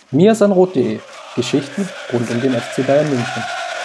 mirsanrot.de – Geschichten rund um den FC Bayern München.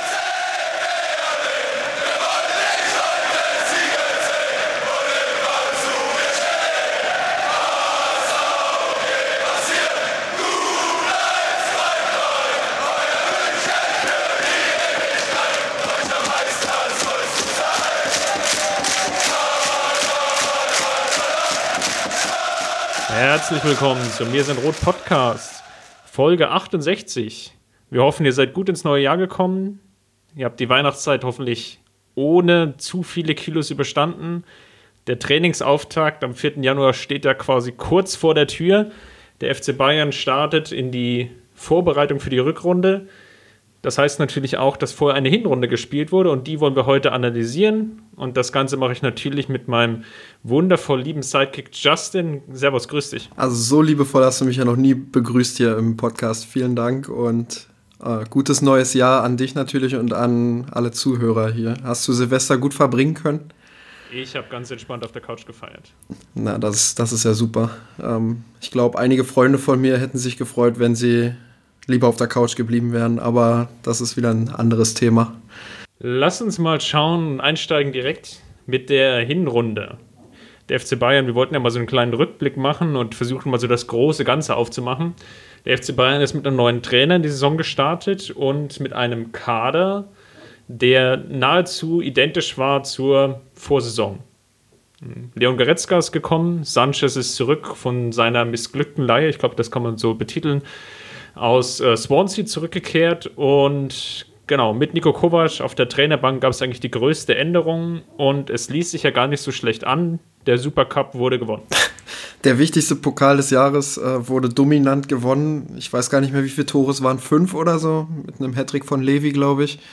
Herzlich willkommen zum Mir sind Rot Podcast, Folge 68. Wir hoffen, ihr seid gut ins neue Jahr gekommen. Ihr habt die Weihnachtszeit hoffentlich ohne zu viele Kilos überstanden. Der Trainingsauftakt am 4. Januar steht ja quasi kurz vor der Tür. Der FC Bayern startet in die Vorbereitung für die Rückrunde. Das heißt natürlich auch, dass vorher eine Hinrunde gespielt wurde und die wollen wir heute analysieren. Und das Ganze mache ich natürlich mit meinem wundervoll lieben Sidekick Justin. Servus, grüß dich. Also so liebevoll hast du mich ja noch nie begrüßt hier im Podcast. Vielen Dank und gutes neues Jahr an dich natürlich und an alle Zuhörer hier. Hast du Silvester gut verbringen können? Ich habe ganz entspannt auf der Couch gefeiert. Na, das ist ja super. Ich glaube, einige Freunde von mir hätten sich gefreut, wenn sie lieber auf der Couch geblieben wären, aber das ist wieder ein anderes Thema. Lass uns mal schauen und einsteigen direkt mit der Hinrunde. Der FC Bayern, wir wollten ja mal so einen kleinen Rückblick machen und versuchen mal so das große Ganze aufzumachen. Der FC Bayern ist mit einem neuen Trainer in die Saison gestartet und mit einem Kader, der nahezu identisch war zur Vorsaison. Leon Goretzka ist gekommen, Sanchez ist zurück von seiner missglückten Leihe, ich glaube, das kann man so betiteln, aus Swansea zurückgekehrt und genau, mit Niko Kovac auf der Trainerbank gab es eigentlich die größte Änderung und es ließ sich ja gar nicht so schlecht an. Der Supercup wurde gewonnen. Der wichtigste Pokal des Jahres wurde dominant gewonnen. Ich weiß gar nicht mehr, wie viele Tore es waren, 5 oder so, mit einem Hattrick von Levi, glaube ich.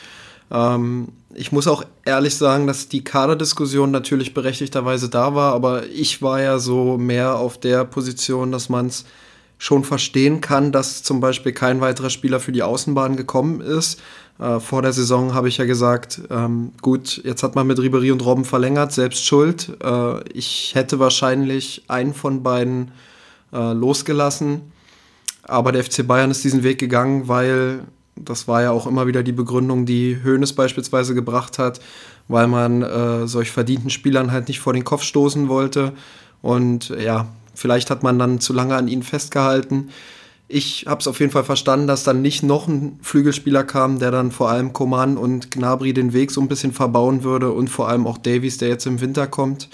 Ich muss auch ehrlich sagen, dass die Kaderdiskussion natürlich berechtigterweise da war, aber ich war ja so mehr auf der Position, dass man es schon verstehen kann, dass zum Beispiel kein weiterer Spieler für die Außenbahn gekommen ist. Vor der Saison habe ich ja gesagt, gut, jetzt hat man mit Ribéry und Robben verlängert, selbst schuld. Ich hätte wahrscheinlich einen von beiden losgelassen, aber der FC Bayern ist diesen Weg gegangen, weil, das war ja auch immer wieder die Begründung, die Hoeneß beispielsweise gebracht hat, weil man solch verdienten Spielern halt nicht vor den Kopf stoßen wollte und ja, vielleicht hat man dann zu lange an ihnen festgehalten. Ich habe es auf jeden Fall verstanden, dass dann nicht noch ein Flügelspieler kam, der dann vor allem Coman und Gnabry den Weg so ein bisschen verbauen würde und vor allem auch Davies, der jetzt im Winter kommt.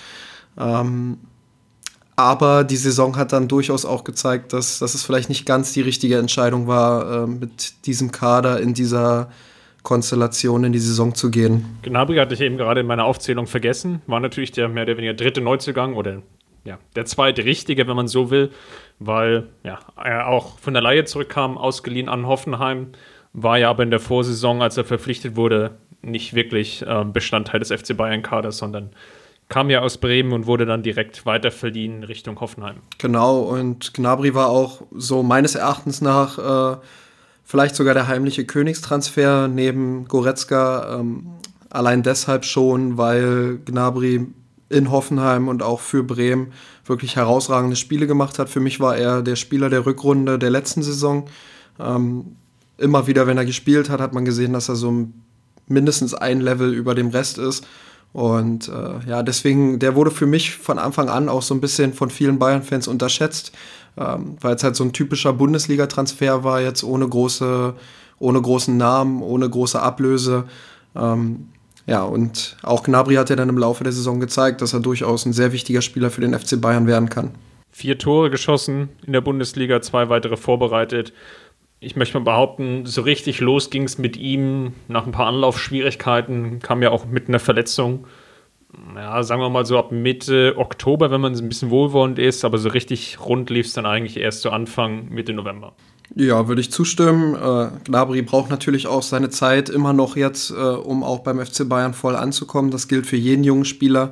Aber die Saison hat dann durchaus auch gezeigt, dass es vielleicht nicht ganz die richtige Entscheidung war, mit diesem Kader in dieser Konstellation in die Saison zu gehen. Gnabry hatte ich eben gerade in meiner Aufzählung vergessen. War natürlich der mehr oder weniger dritte Neuzugang oder ja, der zweite richtige, wenn man so will, weil ja, er auch von der Leihe zurückkam, ausgeliehen an Hoffenheim, war ja aber in der Vorsaison, als er verpflichtet wurde, nicht wirklich Bestandteil des FC Bayern-Kaders, sondern kam ja aus Bremen und wurde dann direkt weiterverliehen Richtung Hoffenheim. Genau, und Gnabry war auch so meines Erachtens nach vielleicht sogar der heimliche Königstransfer neben Goretzka, allein deshalb schon, weil Gnabry in Hoffenheim und auch für Bremen wirklich herausragende Spiele gemacht hat. Für mich war er der Spieler der Rückrunde der letzten Saison. Immer wieder, wenn er gespielt hat, hat man gesehen, dass er so mindestens ein Level über dem Rest ist. Und ja, deswegen, der wurde für mich von Anfang an auch so ein bisschen von vielen Bayern-Fans unterschätzt, weil es halt so ein typischer Bundesliga-Transfer war, jetzt ohne großen Namen, ohne große Ablöse. Ja, und auch Gnabry hat ja dann im Laufe der Saison gezeigt, dass er durchaus ein sehr wichtiger Spieler für den FC Bayern werden kann. 4 Tore geschossen in der Bundesliga, 2 weitere vorbereitet. Ich möchte mal behaupten, so richtig los ging es mit ihm nach ein paar Anlaufschwierigkeiten, kam ja auch mit einer Verletzung. Ja, sagen wir mal so ab Mitte Oktober, wenn man ein bisschen wohlwollend ist, aber so richtig rund lief es dann eigentlich erst zu Anfang Mitte November. Ja, würde ich zustimmen. Gnabry braucht natürlich auch seine Zeit immer noch jetzt, um auch beim FC Bayern voll anzukommen. Das gilt für jeden jungen Spieler.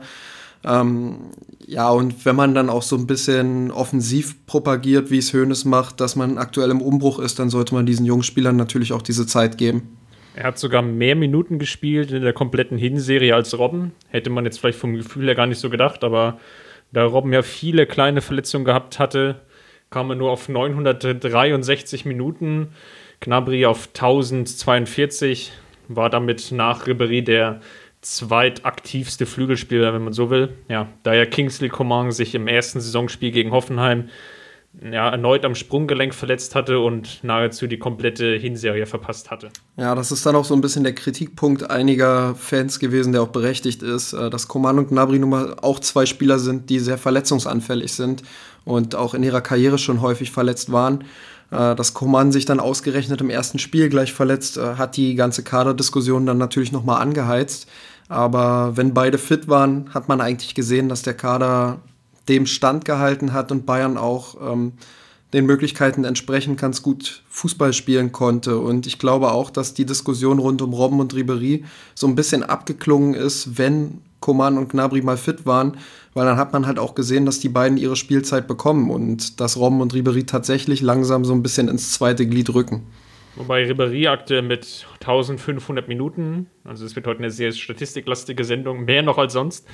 Ja, und wenn man dann auch so ein bisschen offensiv propagiert, wie es Hoeneß macht, dass man aktuell im Umbruch ist, dann sollte man diesen jungen Spielern natürlich auch diese Zeit geben. Er hat sogar mehr Minuten gespielt in der kompletten Hinserie als Robben. Hätte man jetzt vielleicht vom Gefühl her gar nicht so gedacht, aber da Robben ja viele kleine Verletzungen gehabt hatte, kam er nur auf 963 Minuten, Gnabry auf 1042, war damit nach Ribéry der zweitaktivste Flügelspieler, wenn man so will. Ja, da ja Kingsley Coman sich im ersten Saisonspiel gegen Hoffenheim erneut am Sprunggelenk verletzt hatte und nahezu die komplette Hinserie verpasst hatte. Ja, das ist dann auch so ein bisschen der Kritikpunkt einiger Fans gewesen, der auch berechtigt ist, dass Coman und Gnabry nun mal auch zwei Spieler sind, die sehr verletzungsanfällig sind und auch in ihrer Karriere schon häufig verletzt waren. Dass Coman sich dann ausgerechnet im ersten Spiel gleich verletzt, hat die ganze Kaderdiskussion dann natürlich nochmal angeheizt. Aber wenn beide fit waren, hat man eigentlich gesehen, dass der Kader dem standgehalten hat und Bayern auch den Möglichkeiten entsprechend ganz gut Fußball spielen konnte. Und ich glaube auch, dass die Diskussion rund um Robben und Ribéry so ein bisschen abgeklungen ist, wenn Coman und Gnabry mal fit waren, weil dann hat man halt auch gesehen, dass die beiden ihre Spielzeit bekommen und dass Robben und Ribéry tatsächlich langsam so ein bisschen ins zweite Glied rücken. Wobei Ribéry aktuell mit 1500 Minuten, also es wird heute eine sehr statistiklastige Sendung, mehr noch als sonst,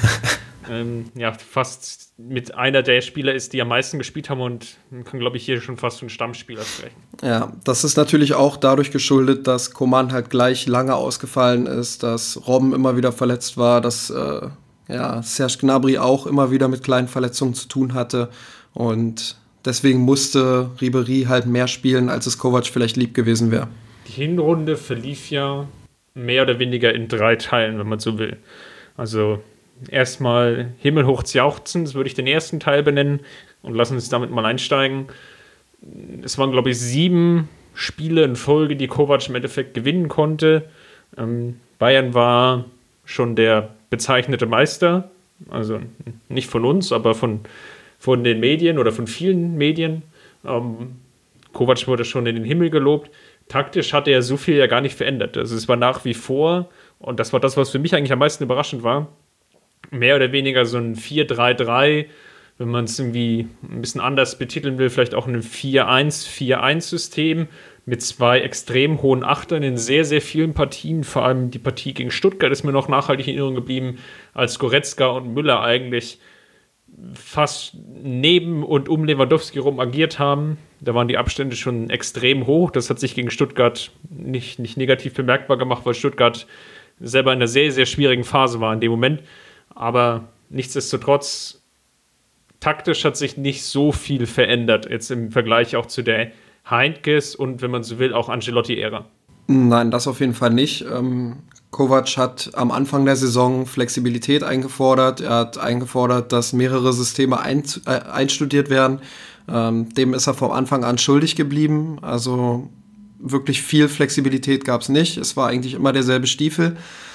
fast mit einer der Spieler ist, die am meisten gespielt haben und man kann, glaube ich, hier schon fast von Stammspieler sprechen. Ja, das ist natürlich auch dadurch geschuldet, dass Coman halt gleich lange ausgefallen ist, dass Robben immer wieder verletzt war, dass Serge Gnabry auch immer wieder mit kleinen Verletzungen zu tun hatte und deswegen musste Ribéry halt mehr spielen, als es Kovac vielleicht lieb gewesen wäre. Die Hinrunde verlief ja mehr oder weniger in 3 Teilen, wenn man so will. Also erstmal himmelhoch jauchzen, das würde ich den ersten Teil benennen und lassen uns damit mal einsteigen. Es waren, glaube ich, 7 Spiele in Folge, die Kovac im Endeffekt gewinnen konnte. Bayern war schon der bezeichnete Meister, also nicht von uns, aber von den Medien oder von vielen Medien. Kovac wurde schon in den Himmel gelobt. Taktisch hatte er so viel ja gar nicht verändert. Also es war nach wie vor, und das war das, was für mich eigentlich am meisten überraschend war, mehr oder weniger so ein 4-3-3, wenn man es irgendwie ein bisschen anders betiteln will, vielleicht auch ein 4-1-4-1-System mit 2 extrem hohen Achtern in sehr, sehr vielen Partien. Vor allem die Partie gegen Stuttgart ist mir noch nachhaltig in Erinnerung geblieben, als Goretzka und Müller eigentlich fast neben und um Lewandowski rum agiert haben. Da waren die Abstände schon extrem hoch. Das hat sich gegen Stuttgart nicht negativ bemerkbar gemacht, weil Stuttgart selber in einer sehr, sehr schwierigen Phase war in dem Moment. Aber nichtsdestotrotz, taktisch hat sich nicht so viel verändert, jetzt im Vergleich auch zu der Heinkes und, wenn man so will, auch Ancelotti-Ära. Nein, das auf jeden Fall nicht. Kovac hat am Anfang der Saison Flexibilität eingefordert. Er hat eingefordert, dass mehrere Systeme einstudiert werden. Dem ist er vom Anfang an schuldig geblieben. Also wirklich viel Flexibilität gab es nicht. Es war eigentlich immer derselbe Stiefel.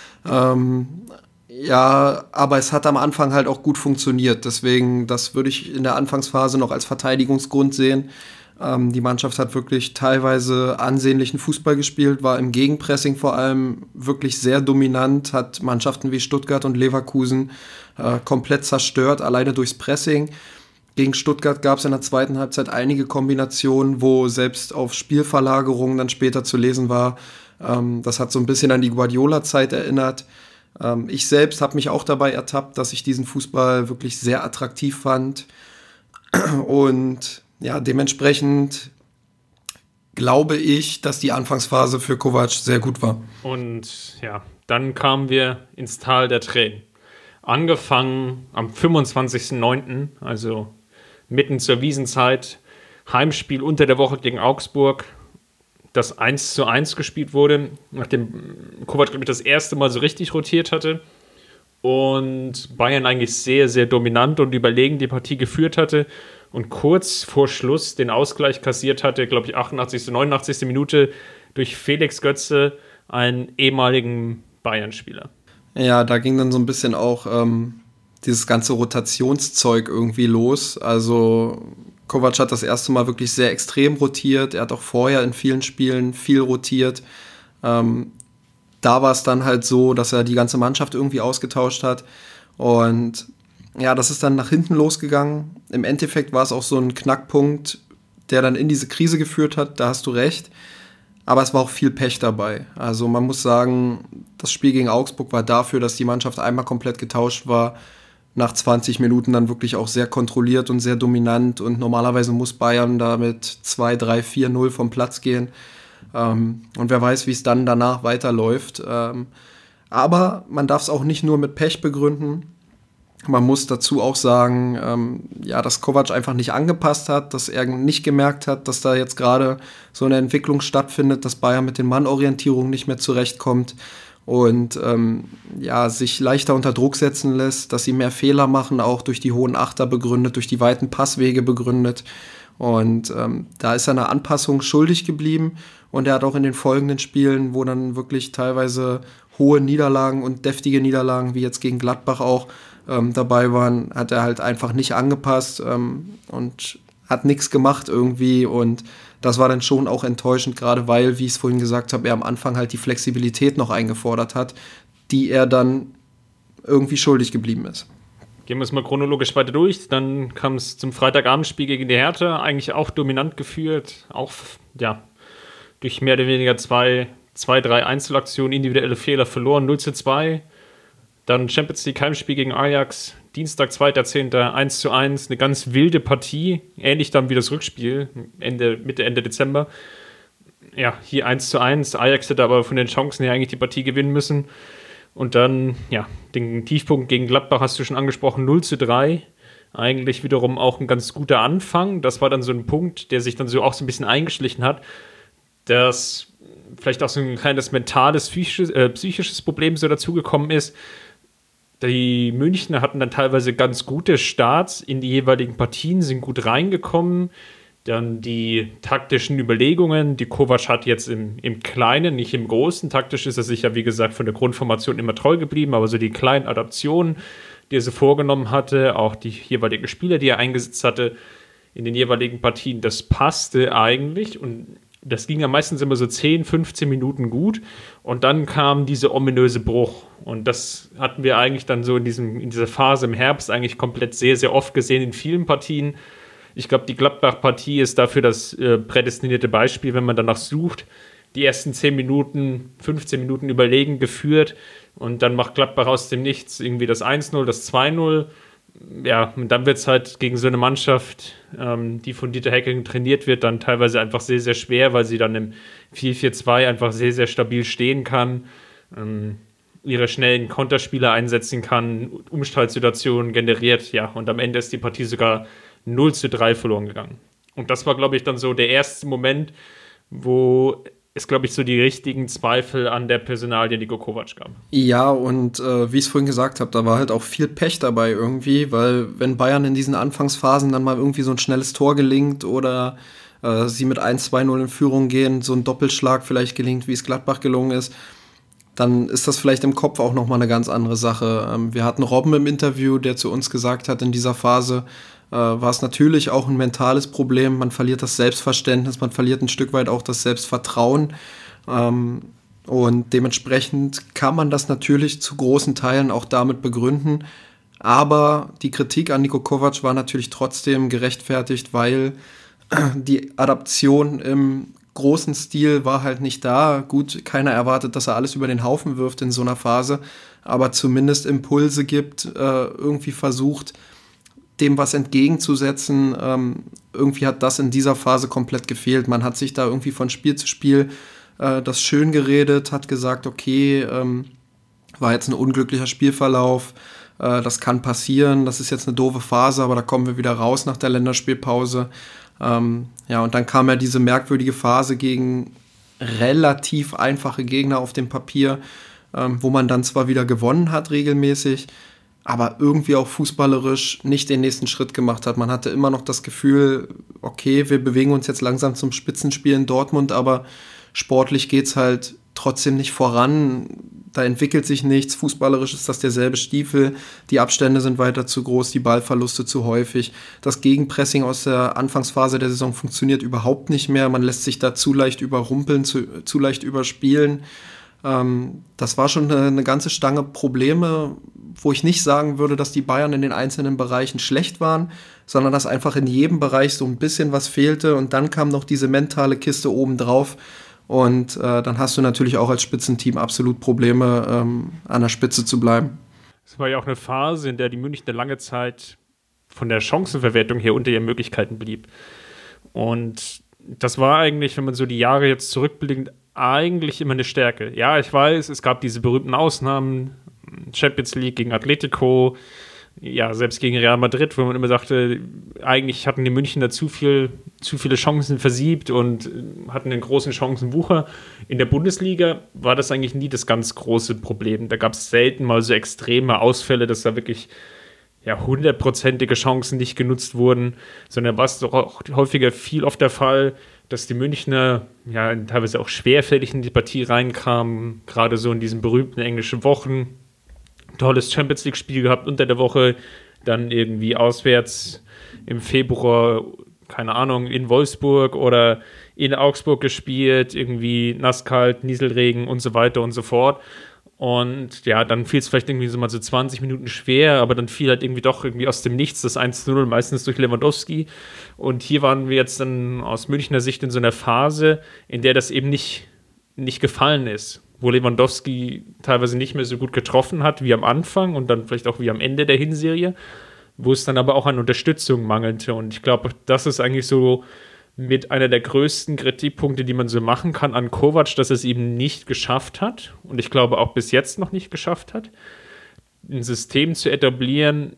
Aber es hat am Anfang halt auch gut funktioniert. Deswegen, das würde ich in der Anfangsphase noch als Verteidigungsgrund sehen. Die Mannschaft hat wirklich teilweise ansehnlichen Fußball gespielt, war im Gegenpressing vor allem wirklich sehr dominant, hat Mannschaften wie Stuttgart und Leverkusen komplett zerstört, alleine durchs Pressing. Gegen Stuttgart gab es in der zweiten Halbzeit einige Kombinationen, wo selbst auf Spielverlagerungen dann später zu lesen war. Das hat so ein bisschen an die Guardiola-Zeit erinnert. Ich selbst habe mich auch dabei ertappt, dass ich diesen Fußball wirklich sehr attraktiv fand. Und ja, dementsprechend glaube ich, dass die Anfangsphase für Kovac sehr gut war. Und ja, dann kamen wir ins Tal der Tränen. Angefangen am 25.09., also mitten zur Wiesenzeit, Heimspiel unter der Woche gegen Augsburg, das 1:1 gespielt wurde, nachdem Kovac, glaube ich, das erste Mal so richtig rotiert hatte und Bayern eigentlich sehr, sehr dominant und überlegen die Partie geführt hatte und kurz vor Schluss den Ausgleich kassiert hatte, glaube ich, 88., 89. Minute durch Felix Götze, einen ehemaligen Bayern-Spieler. Ja, da ging dann so ein bisschen auch dieses ganze Rotationszeug irgendwie los. Also Kovac hat das erste Mal wirklich sehr extrem rotiert. Er hat auch vorher in vielen Spielen viel rotiert. Da war es dann halt so, dass er die ganze Mannschaft irgendwie ausgetauscht hat. Und ja, das ist dann nach hinten losgegangen. Im Endeffekt war es auch so ein Knackpunkt, der dann in diese Krise geführt hat. Da hast du recht. Aber es war auch viel Pech dabei. Also man muss sagen, das Spiel gegen Augsburg war dafür, dass die Mannschaft einmal komplett getauscht war, nach 20 Minuten dann wirklich auch sehr kontrolliert und sehr dominant und normalerweise muss Bayern da mit 2-3-4-0 vom Platz gehen. Und wer weiß, wie es dann danach weiterläuft. Aber man darf es auch nicht nur mit Pech begründen. Man muss dazu auch sagen, dass Kovac einfach nicht angepasst hat, dass er nicht gemerkt hat, dass da jetzt gerade so eine Entwicklung stattfindet, dass Bayern mit den Mannorientierungen nicht mehr zurechtkommt und sich leichter unter Druck setzen lässt, dass sie mehr Fehler machen, auch durch die hohen Achter begründet, durch die weiten Passwege begründet. Und da ist er eine Anpassung schuldig geblieben und er hat auch in den folgenden Spielen, wo dann wirklich teilweise hohe Niederlagen und deftige Niederlagen, wie jetzt gegen Gladbach auch, dabei waren, hat er halt einfach nicht angepasst und hat nichts gemacht irgendwie und das war dann schon auch enttäuschend, gerade weil, wie ich es vorhin gesagt habe, er am Anfang halt die Flexibilität noch eingefordert hat, die er dann irgendwie schuldig geblieben ist. Gehen wir es mal chronologisch weiter durch. Dann kam es zum Freitagabendspiel gegen die Hertha, eigentlich auch dominant geführt, auch durch mehr oder weniger zwei, drei Einzelaktionen, individuelle Fehler verloren, 0-2. Dann Champions League Heimspiel gegen Ajax, Dienstag, 2.10., 1-1, eine ganz wilde Partie, ähnlich dann wie das Rückspiel, Mitte, Ende Dezember. Ja, hier 1-1, Ajax hätte aber von den Chancen her eigentlich die Partie gewinnen müssen. Und dann, den Tiefpunkt gegen Gladbach hast du schon angesprochen, 0-3. Eigentlich wiederum auch ein ganz guter Anfang. Das war dann so ein Punkt, der sich dann so auch so ein bisschen eingeschlichen hat, dass vielleicht auch so ein kleines mentales, psychisches Problem so dazugekommen ist. Die Münchner hatten dann teilweise ganz gute Starts in die jeweiligen Partien, sind gut reingekommen. Dann die taktischen Überlegungen, die Kovac hat jetzt im Kleinen, nicht im Großen. Taktisch ist er sicher, wie gesagt, von der Grundformation immer treu geblieben, aber so die kleinen Adaptionen, die er so vorgenommen hatte, auch die jeweiligen Spieler, die er eingesetzt hatte in den jeweiligen Partien, das passte eigentlich und das ging ja meistens immer so 10, 15 Minuten gut und dann kam dieser ominöse Bruch und das hatten wir eigentlich dann so in dieser Phase im Herbst eigentlich komplett sehr, sehr oft gesehen in vielen Partien. Ich glaube, die Gladbach-Partie ist dafür das prädestinierte Beispiel, wenn man danach sucht. Die ersten 10 Minuten, 15 Minuten überlegen geführt und dann macht Gladbach aus dem Nichts irgendwie das 1-0, das 2-0. Ja, und dann wird es halt gegen so eine Mannschaft, die von Dieter Hecking trainiert wird, dann teilweise einfach sehr, sehr schwer, weil sie dann im 4-4-2 einfach sehr, sehr stabil stehen kann, ihre schnellen Konterspieler einsetzen kann, Umschaltsituationen generiert, und am Ende ist die Partie sogar 0-3 verloren gegangen. Und das war, glaube ich, dann so der erste Moment, wo es, glaube ich, so die richtigen Zweifel an der Personalie Niko Kovac gab. Ja, und wie ich es vorhin gesagt habe, da war halt auch viel Pech dabei irgendwie, weil wenn Bayern in diesen Anfangsphasen dann mal irgendwie so ein schnelles Tor gelingt oder sie mit 1-2-0 in Führung gehen, so ein Doppelschlag vielleicht gelingt, wie es Gladbach gelungen ist, dann ist das vielleicht im Kopf auch nochmal eine ganz andere Sache. Wir hatten Robben im Interview, der zu uns gesagt hat, in dieser Phase war es natürlich auch ein mentales Problem. Man verliert das Selbstverständnis, man verliert ein Stück weit auch das Selbstvertrauen. Und dementsprechend kann man das natürlich zu großen Teilen auch damit begründen. Aber die Kritik an Niko Kovac war natürlich trotzdem gerechtfertigt, weil die Adaption im großen Stil war halt nicht da. Gut, keiner erwartet, dass er alles über den Haufen wirft in so einer Phase, aber zumindest Impulse gibt, irgendwie versucht, dem was entgegenzusetzen. Irgendwie hat das in dieser Phase komplett gefehlt. Man hat sich da irgendwie von Spiel zu Spiel das schön geredet, hat gesagt, okay, war jetzt ein unglücklicher Spielverlauf, das kann passieren, das ist jetzt eine doofe Phase, aber da kommen wir wieder raus nach der Länderspielpause. Und dann kam ja diese merkwürdige Phase gegen relativ einfache Gegner auf dem Papier, wo man dann zwar wieder gewonnen hat regelmäßig, aber irgendwie auch fußballerisch nicht den nächsten Schritt gemacht hat. Man hatte immer noch das Gefühl, okay, wir bewegen uns jetzt langsam zum Spitzenspiel in Dortmund, aber sportlich geht's halt trotzdem nicht voran. Da entwickelt sich nichts. Fußballerisch ist das derselbe Stiefel. Die Abstände sind weiter zu groß, die Ballverluste zu häufig. Das Gegenpressing aus der Anfangsphase der Saison funktioniert überhaupt nicht mehr. Man lässt sich da zu leicht überrumpeln, zu leicht überspielen. Das war schon eine ganze Stange Probleme, wo ich nicht sagen würde, dass die Bayern in den einzelnen Bereichen schlecht waren, sondern dass einfach in jedem Bereich so ein bisschen was fehlte und dann kam noch diese mentale Kiste obendrauf und dann hast du natürlich auch als Spitzenteam absolut Probleme, an der Spitze zu bleiben. Es war ja auch eine Phase, in der die Münchner lange Zeit von der Chancenverwertung her unter ihren Möglichkeiten blieb. Und das war eigentlich, wenn man so die Jahre jetzt zurückblickt, eigentlich immer eine Stärke. Ja, ich weiß, es gab diese berühmten Ausnahmen, Champions League gegen Atletico, ja, selbst gegen Real Madrid, wo man immer sagte, eigentlich hatten die Münchner zu viele Chancen versiebt und hatten einen großen Chancenwucher. In der Bundesliga war das eigentlich nie das ganz große Problem. Da gab es selten mal so extreme Ausfälle, dass da wirklich hundertprozentige Chancen nicht genutzt wurden, sondern war es doch auch häufiger viel oft der Fall, dass die Münchner teilweise auch schwerfällig in die Partie reinkamen, gerade so in diesen berühmten englischen Wochen. Tolles Champions-League-Spiel gehabt unter der Woche, dann irgendwie auswärts im Februar, keine Ahnung, in Wolfsburg oder in Augsburg gespielt, irgendwie nasskalt, Nieselregen und so weiter und so fort. Und ja, dann fiel es vielleicht irgendwie so mal so 20 Minuten schwer, aber dann fiel halt irgendwie doch irgendwie aus dem Nichts das 1:0, meistens durch Lewandowski. Und hier waren wir jetzt dann aus Münchner Sicht in so einer Phase, in der das eben nicht gefallen ist, wo Lewandowski teilweise nicht mehr so gut getroffen hat wie am Anfang und dann vielleicht auch wie am Ende der Hinserie, wo es dann aber auch an Unterstützung mangelte. Und ich glaube, das ist eigentlich so mit einer der größten Kritikpunkte, die man so machen kann an Kovac, dass er es eben nicht geschafft hat und ich glaube auch bis jetzt noch nicht geschafft hat, ein System zu etablieren,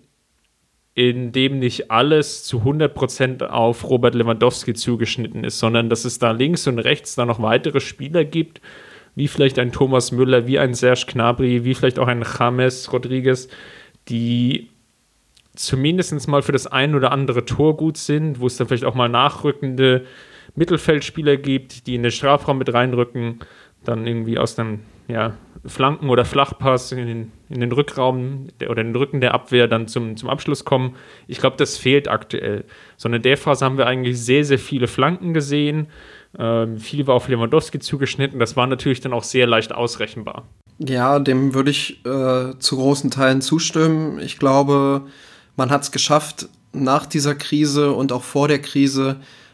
in dem nicht alles zu 100% auf Robert Lewandowski zugeschnitten ist, sondern dass es da links und rechts da noch weitere Spieler gibt, wie vielleicht ein Thomas Müller, wie ein Serge Gnabry, wie vielleicht auch ein James Rodriguez, die zumindest mal für das ein oder andere Tor gut sind, wo es dann vielleicht auch mal nachrückende Mittelfeldspieler gibt, die in den Strafraum mit reinrücken, dann irgendwie aus einem Flanken- oder Flachpass in den Rückraum oder in den Rücken der Abwehr dann zum Abschluss kommen. Ich glaube, das fehlt aktuell. So in der Phase haben wir eigentlich sehr, sehr viele Flanken gesehen. Viel war auf Lewandowski zugeschnitten. Das war natürlich dann auch sehr leicht ausrechenbar. Ja, dem würde ich zu großen Teilen zustimmen. Ich glaube, man hat es geschafft, nach dieser Krise und auch vor der Krise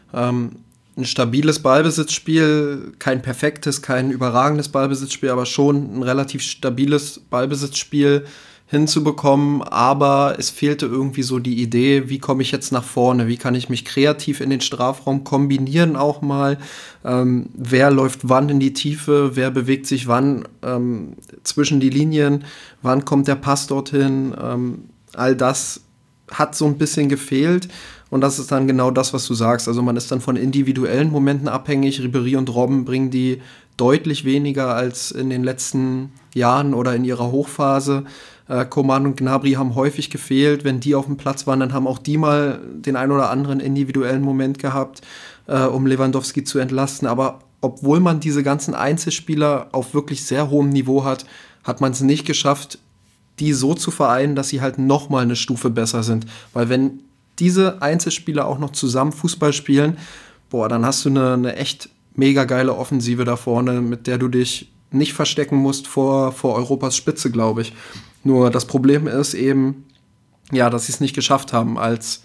ein stabiles Ballbesitzspiel, kein perfektes, kein überragendes Ballbesitzspiel, aber schon ein relativ stabiles Ballbesitzspiel hinzubekommen, aber es fehlte irgendwie so die Idee, wie komme ich jetzt nach vorne, wie kann ich mich kreativ in den Strafraum kombinieren auch mal, wer läuft wann in die Tiefe, wer bewegt sich wann zwischen die Linien, wann kommt der Pass dorthin, all das hat so ein bisschen gefehlt und das ist dann genau das, was du sagst, also man ist dann von individuellen Momenten abhängig, Ribéry und Robben bringen die deutlich weniger als in den letzten Jahren oder in ihrer Hochphase. Coman und Gnabry haben häufig gefehlt. Wenn die auf dem Platz waren, dann haben auch die mal den ein oder anderen individuellen Moment gehabt, um Lewandowski zu entlasten. Aber obwohl man diese ganzen Einzelspieler auf wirklich sehr hohem Niveau hat, hat man es nicht geschafft, die so zu vereinen, dass sie halt noch mal eine Stufe besser sind. Weil wenn diese Einzelspieler auch noch zusammen Fußball spielen, dann hast du eine echt mega geile Offensive da vorne, mit der du dich nicht verstecken musst vor Europas Spitze, glaube ich. Nur das Problem ist eben, dass sie es nicht geschafft haben, als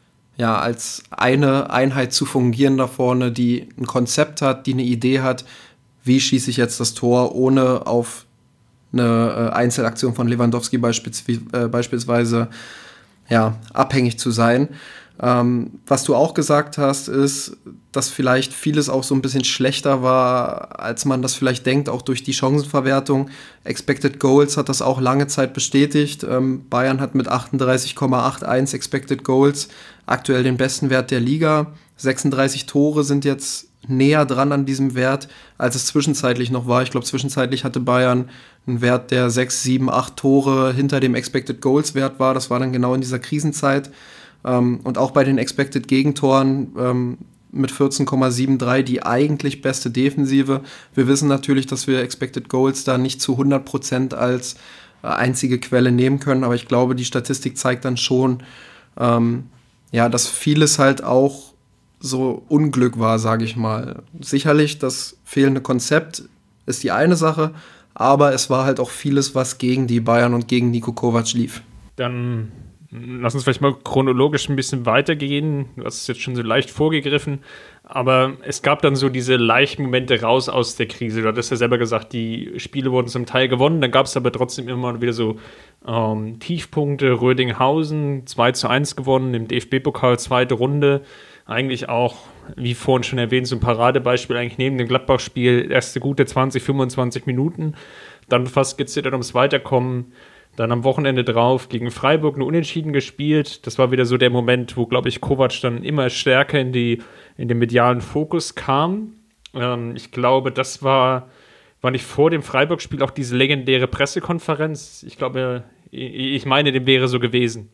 eine Einheit zu fungieren da vorne, die ein Konzept hat, die eine Idee hat, wie schieße ich jetzt das Tor, ohne auf eine Einzelaktion von Lewandowski beispielsweise abhängig zu sein. Was du auch gesagt hast, ist, dass vielleicht vieles auch so ein bisschen schlechter war, als man das vielleicht denkt, auch durch die Chancenverwertung. Expected Goals hat das auch lange Zeit bestätigt. Bayern hat mit 38,81 Expected Goals aktuell den besten Wert der Liga. 36 Tore sind jetzt näher dran an diesem Wert, als es zwischenzeitlich noch war. Ich glaube, zwischenzeitlich hatte Bayern einen Wert, der 6, 7, 8 Tore hinter dem Expected Goals Wert war. Das war dann genau in dieser Krisenzeit. Und auch bei den Expected Gegentoren mit 14,73 die eigentlich beste Defensive. Wir wissen natürlich, dass wir Expected Goals da nicht zu 100% als einzige Quelle nehmen können, aber ich glaube, die Statistik zeigt dann schon, dass vieles halt auch so Unglück war, sage ich mal. Sicherlich, das fehlende Konzept ist die eine Sache, aber es war halt auch vieles, was gegen die Bayern und gegen Niko Kovac lief. Dann lass uns vielleicht mal chronologisch ein bisschen weitergehen. Du hast es jetzt schon so leicht vorgegriffen. Aber es gab dann so diese leichten Momente raus aus der Krise. Du hattest ja selber gesagt, die Spiele wurden zum Teil gewonnen, dann gab es aber trotzdem immer wieder so Tiefpunkte. Rödinghausen 2:1 gewonnen, im DFB-Pokal 2. Runde. Eigentlich auch, wie vorhin schon erwähnt, so ein Paradebeispiel eigentlich neben dem Gladbach-Spiel. Erste gute 20, 25 Minuten, dann fast gezittert ums Weiterkommen. Dann am Wochenende drauf gegen Freiburg eine Unentschieden gespielt. Das war wieder so der Moment, wo, glaube ich, Kovac dann immer stärker in den medialen Fokus kam. Ich glaube, das war nicht vor dem Freiburg-Spiel auch diese legendäre Pressekonferenz. Ich glaube, ich meine, dem wäre so gewesen.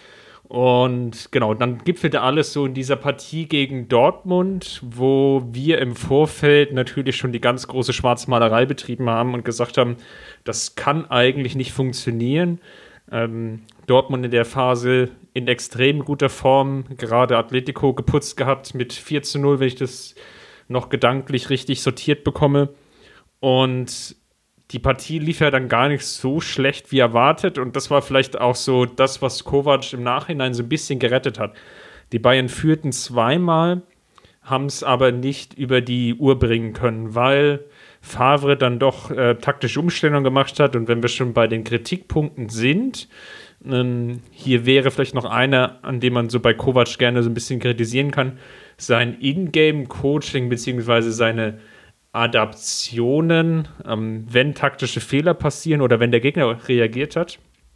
Und genau, dann gipfelte alles so in dieser Partie gegen Dortmund, wo wir im Vorfeld natürlich schon die ganz große Schwarzmalerei betrieben haben und gesagt haben, das kann eigentlich nicht funktionieren. Dortmund in der Phase in extrem guter Form, gerade Atletico geputzt gehabt mit 4:0, wenn ich das noch gedanklich richtig sortiert bekomme. Und die Partie lief ja dann gar nicht so schlecht wie erwartet und das war vielleicht auch so das, was Kovac im Nachhinein so ein bisschen gerettet hat. Die Bayern führten zweimal, haben es aber nicht über die Uhr bringen können, weil Favre dann doch taktische Umstellungen gemacht hat und wenn wir schon bei den Kritikpunkten sind, hier wäre vielleicht noch einer, an dem man so bei Kovac gerne so ein bisschen kritisieren kann, sein Ingame-Coaching beziehungsweise seine Adaptionen, wenn taktische Fehler passieren oder wenn der Gegner reagiert hat,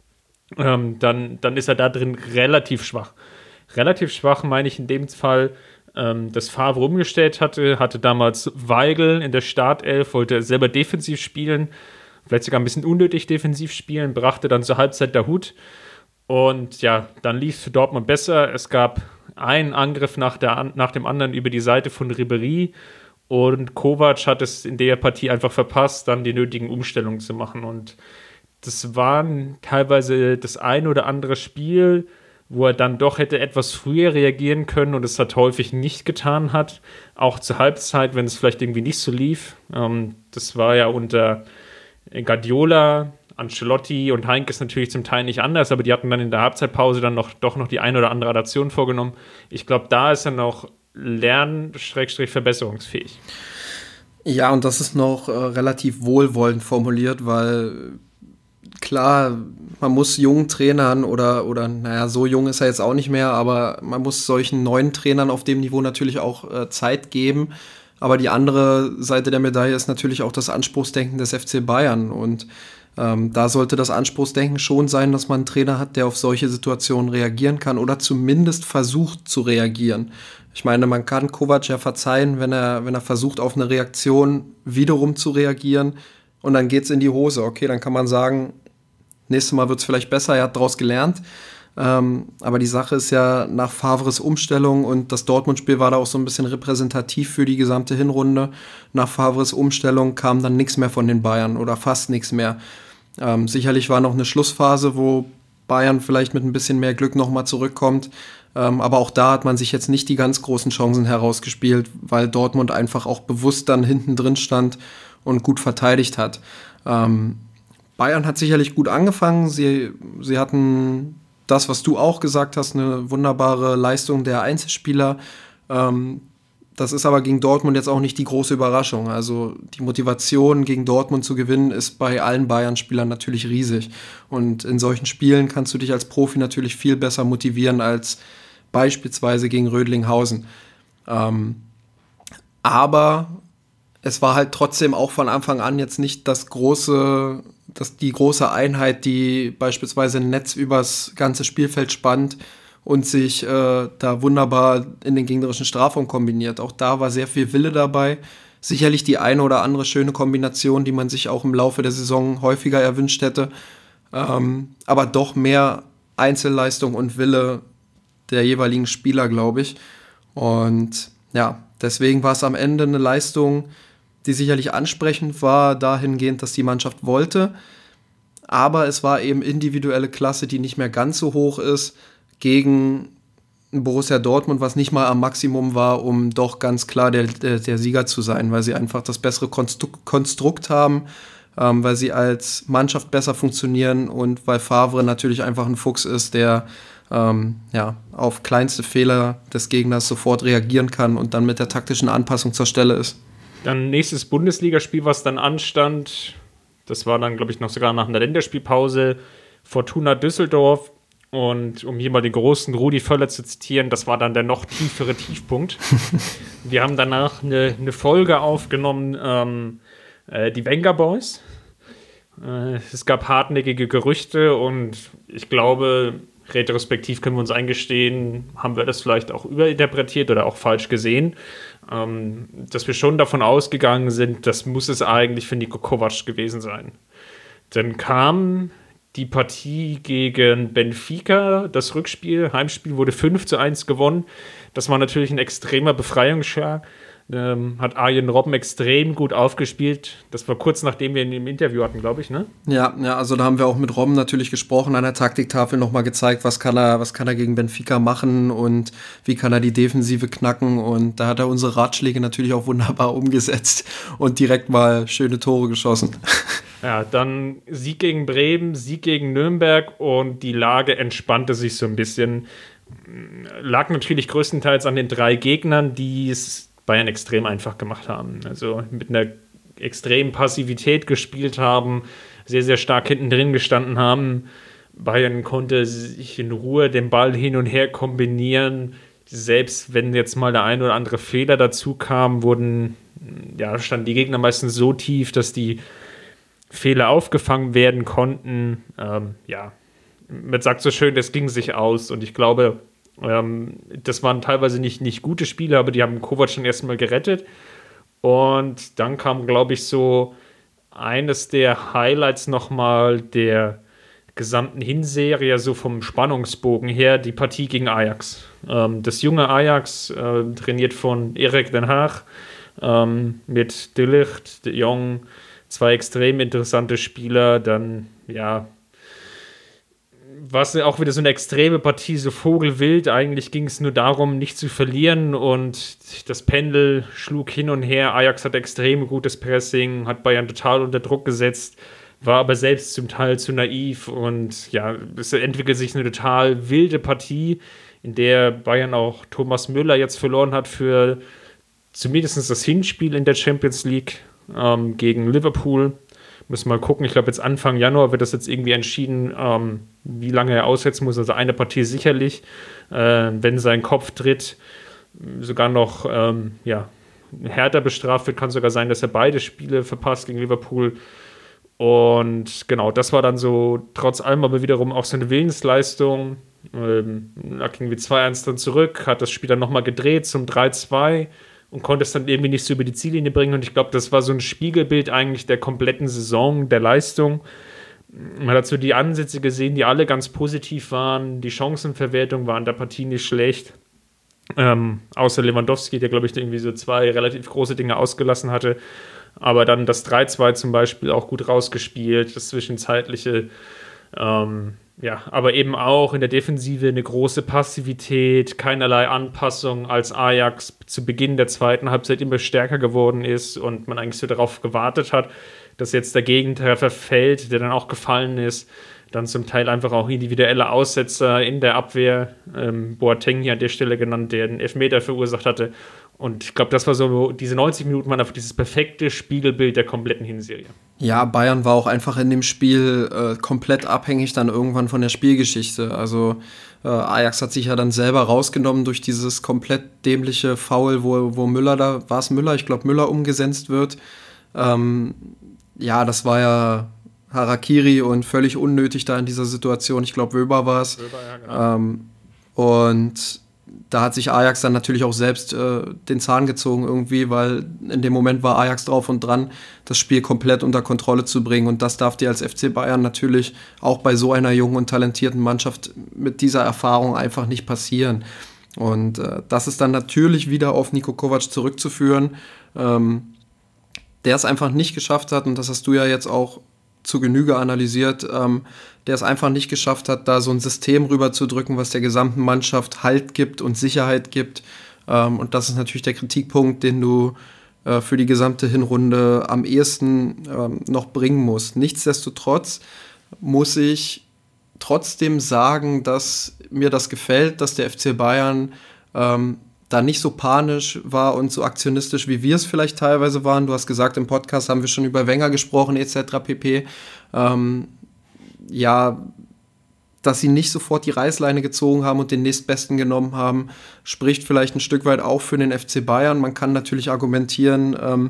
dann ist er da drin relativ schwach. Relativ schwach meine ich in dem Fall, dass Favre umgestellt hatte damals Weigl in der Startelf, wollte selber defensiv spielen, vielleicht sogar ein bisschen unnötig defensiv spielen, brachte dann zur Halbzeit der Hut und ja, dann lief es für Dortmund besser. Es gab einen Angriff nach dem anderen über die Seite von Ribéry. Und Kovac hat es in der Partie einfach verpasst, dann die nötigen Umstellungen zu machen. Und das war teilweise das ein oder andere Spiel, wo er dann doch hätte etwas früher reagieren können und es hat häufig nicht getan hat. Auch zur Halbzeit, wenn es vielleicht irgendwie nicht so lief. Das war ja unter Guardiola, Ancelotti und Heinkes natürlich zum Teil nicht anders, aber die hatten dann in der Halbzeitpause dann doch noch die ein oder andere Adaption vorgenommen. Ich glaube, da ist er noch verbesserungsfähig. Ja, und das ist noch relativ wohlwollend formuliert, weil klar, man muss jungen Trainern oder naja, so jung ist er jetzt auch nicht mehr, aber man muss solchen neuen Trainern auf dem Niveau natürlich auch Zeit geben. Aber die andere Seite der Medaille ist natürlich auch das Anspruchsdenken des FC Bayern und da sollte das Anspruchsdenken schon sein, dass man einen Trainer hat, der auf solche Situationen reagieren kann oder zumindest versucht zu reagieren. Ich meine, man kann Kovac ja verzeihen, wenn er versucht, auf eine Reaktion wiederum zu reagieren und dann geht's in die Hose. Okay, dann kann man sagen, nächstes Mal wird's vielleicht besser, er hat daraus gelernt. Aber die Sache ist ja, nach Favres Umstellung und das Dortmund-Spiel war da auch so ein bisschen repräsentativ für die gesamte Hinrunde, nach Favres Umstellung kam dann nichts mehr von den Bayern oder fast nichts mehr. Sicherlich war noch eine Schlussphase, wo Bayern vielleicht mit ein bisschen mehr Glück nochmal zurückkommt. Aber auch da hat man sich jetzt nicht die ganz großen Chancen herausgespielt, weil Dortmund einfach auch bewusst dann hinten drin stand und gut verteidigt hat. Bayern hat sicherlich gut angefangen. Sie hatten das, was du auch gesagt hast, eine wunderbare Leistung der Einzelspieler. Das ist aber gegen Dortmund jetzt auch nicht die große Überraschung. Also die Motivation, gegen Dortmund zu gewinnen, ist bei allen Bayern-Spielern natürlich riesig. Und in solchen Spielen kannst du dich als Profi natürlich viel besser motivieren als beispielsweise gegen Rödlinghausen. Aber es war halt trotzdem auch von Anfang an jetzt nicht die große Einheit, die beispielsweise ein Netz übers ganze Spielfeld spannt und sich da wunderbar in den gegnerischen Strafraum kombiniert. Auch da war sehr viel Wille dabei. Sicherlich die eine oder andere schöne Kombination, die man sich auch im Laufe der Saison häufiger erwünscht hätte. Aber doch mehr Einzelleistung und Wille der jeweiligen Spieler, glaube ich. Und ja, deswegen war es am Ende eine Leistung, die sicherlich ansprechend war, dahingehend, dass die Mannschaft wollte. Aber es war eben individuelle Klasse, die nicht mehr ganz so hoch ist, gegen Borussia Dortmund, was nicht mal am Maximum war, um doch ganz klar der Sieger zu sein, weil sie einfach das bessere Konstrukt haben, weil sie als Mannschaft besser funktionieren und weil Favre natürlich einfach ein Fuchs ist, der auf kleinste Fehler des Gegners sofort reagieren kann und dann mit der taktischen Anpassung zur Stelle ist. Dann nächstes Bundesligaspiel, was dann anstand, das war dann, glaube ich, noch sogar nach einer Länderspielpause, Fortuna Düsseldorf. Und um hier mal den großen Rudi Völler zu zitieren, das war dann der noch tiefere Tiefpunkt. Wir haben danach eine Folge aufgenommen, die Wenger Boys. Es gab hartnäckige Gerüchte und ich glaube, retrospektiv können wir uns eingestehen, haben wir das vielleicht auch überinterpretiert oder auch falsch gesehen, dass wir schon davon ausgegangen sind, das muss es eigentlich für Niko Kovac gewesen sein. Dann kam die Partie gegen Benfica, das Rückspiel, Heimspiel wurde 5:1 gewonnen. Das war natürlich ein extremer Befreiungsschlag. Hat Arjen Robben extrem gut aufgespielt. Das war kurz nachdem wir ihn im Interview hatten, glaube ich, ne? Ja, also da haben wir auch mit Robben natürlich gesprochen, an der Taktiktafel nochmal gezeigt, was kann er gegen Benfica machen und wie kann er die Defensive knacken. Und da hat er unsere Ratschläge natürlich auch wunderbar umgesetzt und direkt mal schöne Tore geschossen. Ja, dann Sieg gegen Bremen, Sieg gegen Nürnberg und die Lage entspannte sich so ein bisschen. Lag natürlich größtenteils an den 3 Gegnern, die es Bayern extrem einfach gemacht haben. Also mit einer extremen Passivität gespielt haben, sehr, sehr stark hinten drin gestanden haben. Bayern konnte sich in Ruhe den Ball hin und her kombinieren. Selbst wenn jetzt mal der ein oder andere Fehler dazu kam, standen die Gegner meistens so tief, dass die Fehler aufgefangen werden konnten. Man sagt so schön, das ging sich aus. Und ich glaube, das waren teilweise nicht gute Spiele, aber die haben Kovac schon erstmal gerettet. Und dann kam, glaube ich, so eines der Highlights nochmal der gesamten Hinserie, so vom Spannungsbogen her, die Partie gegen Ajax. Das junge Ajax, trainiert von Erik ten Hag, mit De Ligt, De Jong, 2 extrem interessante Spieler. Dann, war es auch wieder so eine extreme Partie, so vogelwild. Eigentlich ging es nur darum, nicht zu verlieren und das Pendel schlug hin und her. Ajax hat extrem gutes Pressing, hat Bayern total unter Druck gesetzt, war aber selbst zum Teil zu naiv und es entwickelt sich eine total wilde Partie, in der Bayern auch Thomas Müller jetzt verloren hat für zumindest das Hinspiel in der Champions League gegen Liverpool. Müssen wir mal gucken. Ich glaube, jetzt Anfang Januar wird das jetzt irgendwie entschieden, wie lange er aussetzen muss. Also eine Partie sicherlich, wenn sein Kopf tritt, sogar noch härter bestraft wird. Kann sogar sein, dass er beide Spiele verpasst gegen Liverpool. Und genau, das war dann so trotz allem aber wiederum auch so eine Willensleistung. Da ging wir 2:1 dann zurück, hat das Spiel dann nochmal gedreht zum 3:2 und konnte es dann irgendwie nicht so über die Ziellinie bringen. Und ich glaube, das war so ein Spiegelbild eigentlich der kompletten Saison, der Leistung. Man hat so die Ansätze gesehen, die alle ganz positiv waren. Die Chancenverwertung war in der Partie nicht schlecht. Außer Lewandowski, der, glaube ich, irgendwie so 2 relativ große Dinge ausgelassen hatte. Aber dann das 3:2 zum Beispiel auch gut rausgespielt, das Zwischenzeitliche. Aber eben auch in der Defensive eine große Passivität, keinerlei Anpassung, als Ajax zu Beginn der zweiten Halbzeit immer stärker geworden ist und man eigentlich so darauf gewartet hat, dass jetzt der Gegentreffer fällt, der dann auch gefallen ist. Dann zum Teil einfach auch individuelle Aussetzer in der Abwehr. Boateng hier an der Stelle genannt, der den Elfmeter verursacht hatte. Und ich glaube, das war so, diese 90 Minuten waren einfach dieses perfekte Spiegelbild der kompletten Hinserie. Ja, Bayern war auch einfach in dem Spiel komplett abhängig dann irgendwann von der Spielgeschichte. Also Ajax hat sich ja dann selber rausgenommen durch dieses komplett dämliche Foul, wo Müller, da war es Müller, ich glaube Müller umgesetzt wird. Das war ja Harakiri und völlig unnötig da in dieser Situation. Ich glaube, Wöber war es. Ja, genau. Und da hat sich Ajax dann natürlich auch selbst den Zahn gezogen irgendwie, weil in dem Moment war Ajax drauf und dran, das Spiel komplett unter Kontrolle zu bringen. Und das darf dir als FC Bayern natürlich auch bei so einer jungen und talentierten Mannschaft mit dieser Erfahrung einfach nicht passieren. Und das ist dann natürlich wieder auf Niko Kovac zurückzuführen, der es einfach nicht geschafft hat, und das hast du ja jetzt auch zu Genüge analysiert, der es einfach nicht geschafft hat, da so ein System rüberzudrücken, was der gesamten Mannschaft Halt gibt und Sicherheit gibt. Und das ist natürlich der Kritikpunkt, den du für die gesamte Hinrunde am ehesten noch bringen musst. Nichtsdestotrotz muss ich trotzdem sagen, dass mir das gefällt, dass der FC Bayern da nicht so panisch war und so aktionistisch, wie wir es vielleicht teilweise waren. Du hast gesagt, im Podcast haben wir schon über Wenger gesprochen, etc. pp. Dass sie nicht sofort die Reißleine gezogen haben und den nächstbesten genommen haben, spricht vielleicht ein Stück weit auch für den FC Bayern. Man kann natürlich argumentieren,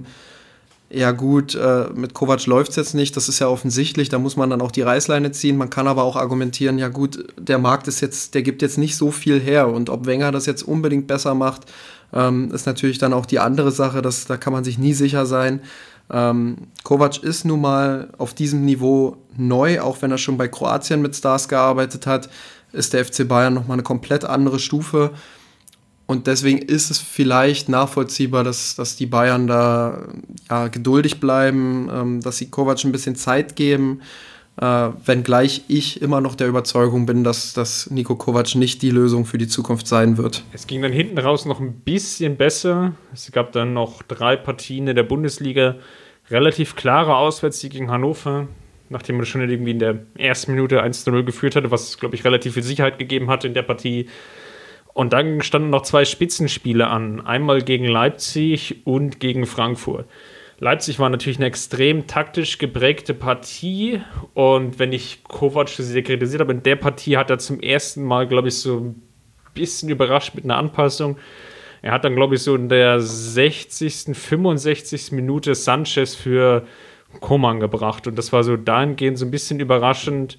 mit Kovac läuft es jetzt nicht, das ist ja offensichtlich, da muss man dann auch die Reißleine ziehen. Man kann aber auch argumentieren, ja gut, der Markt der gibt jetzt nicht so viel her, und ob Wenger das jetzt unbedingt besser macht, ist natürlich dann auch die andere Sache, da kann man sich nie sicher sein. Kovac ist nun mal auf diesem Niveau neu, auch wenn er schon bei Kroatien mit Stars gearbeitet hat, ist der FC Bayern nochmal eine komplett andere Stufe. Und deswegen ist es vielleicht nachvollziehbar, dass die Bayern da geduldig bleiben, dass sie Kovac ein bisschen Zeit geben, wenngleich ich immer noch der Überzeugung bin, dass Niko Kovac nicht die Lösung für die Zukunft sein wird. Es ging dann hinten raus noch ein bisschen besser. Es gab dann noch 3 Partien in der Bundesliga. Relativ klare Auswärtssieg gegen Hannover, nachdem man schon irgendwie in der ersten Minute 1-0 geführt hatte, was, glaube ich, relativ viel Sicherheit gegeben hat in der Partie. Und dann standen noch 2 Spitzenspiele an. Einmal gegen Leipzig und gegen Frankfurt. Leipzig war natürlich eine extrem taktisch geprägte Partie. Und wenn ich Kovac sehr kritisiert habe, in der Partie hat er zum ersten Mal, glaube ich, so ein bisschen überrascht mit einer Anpassung. Er hat dann, glaube ich, so in der 60., 65. Minute Sanchez für Coman gebracht. Und das war so dahingehend so ein bisschen überraschend,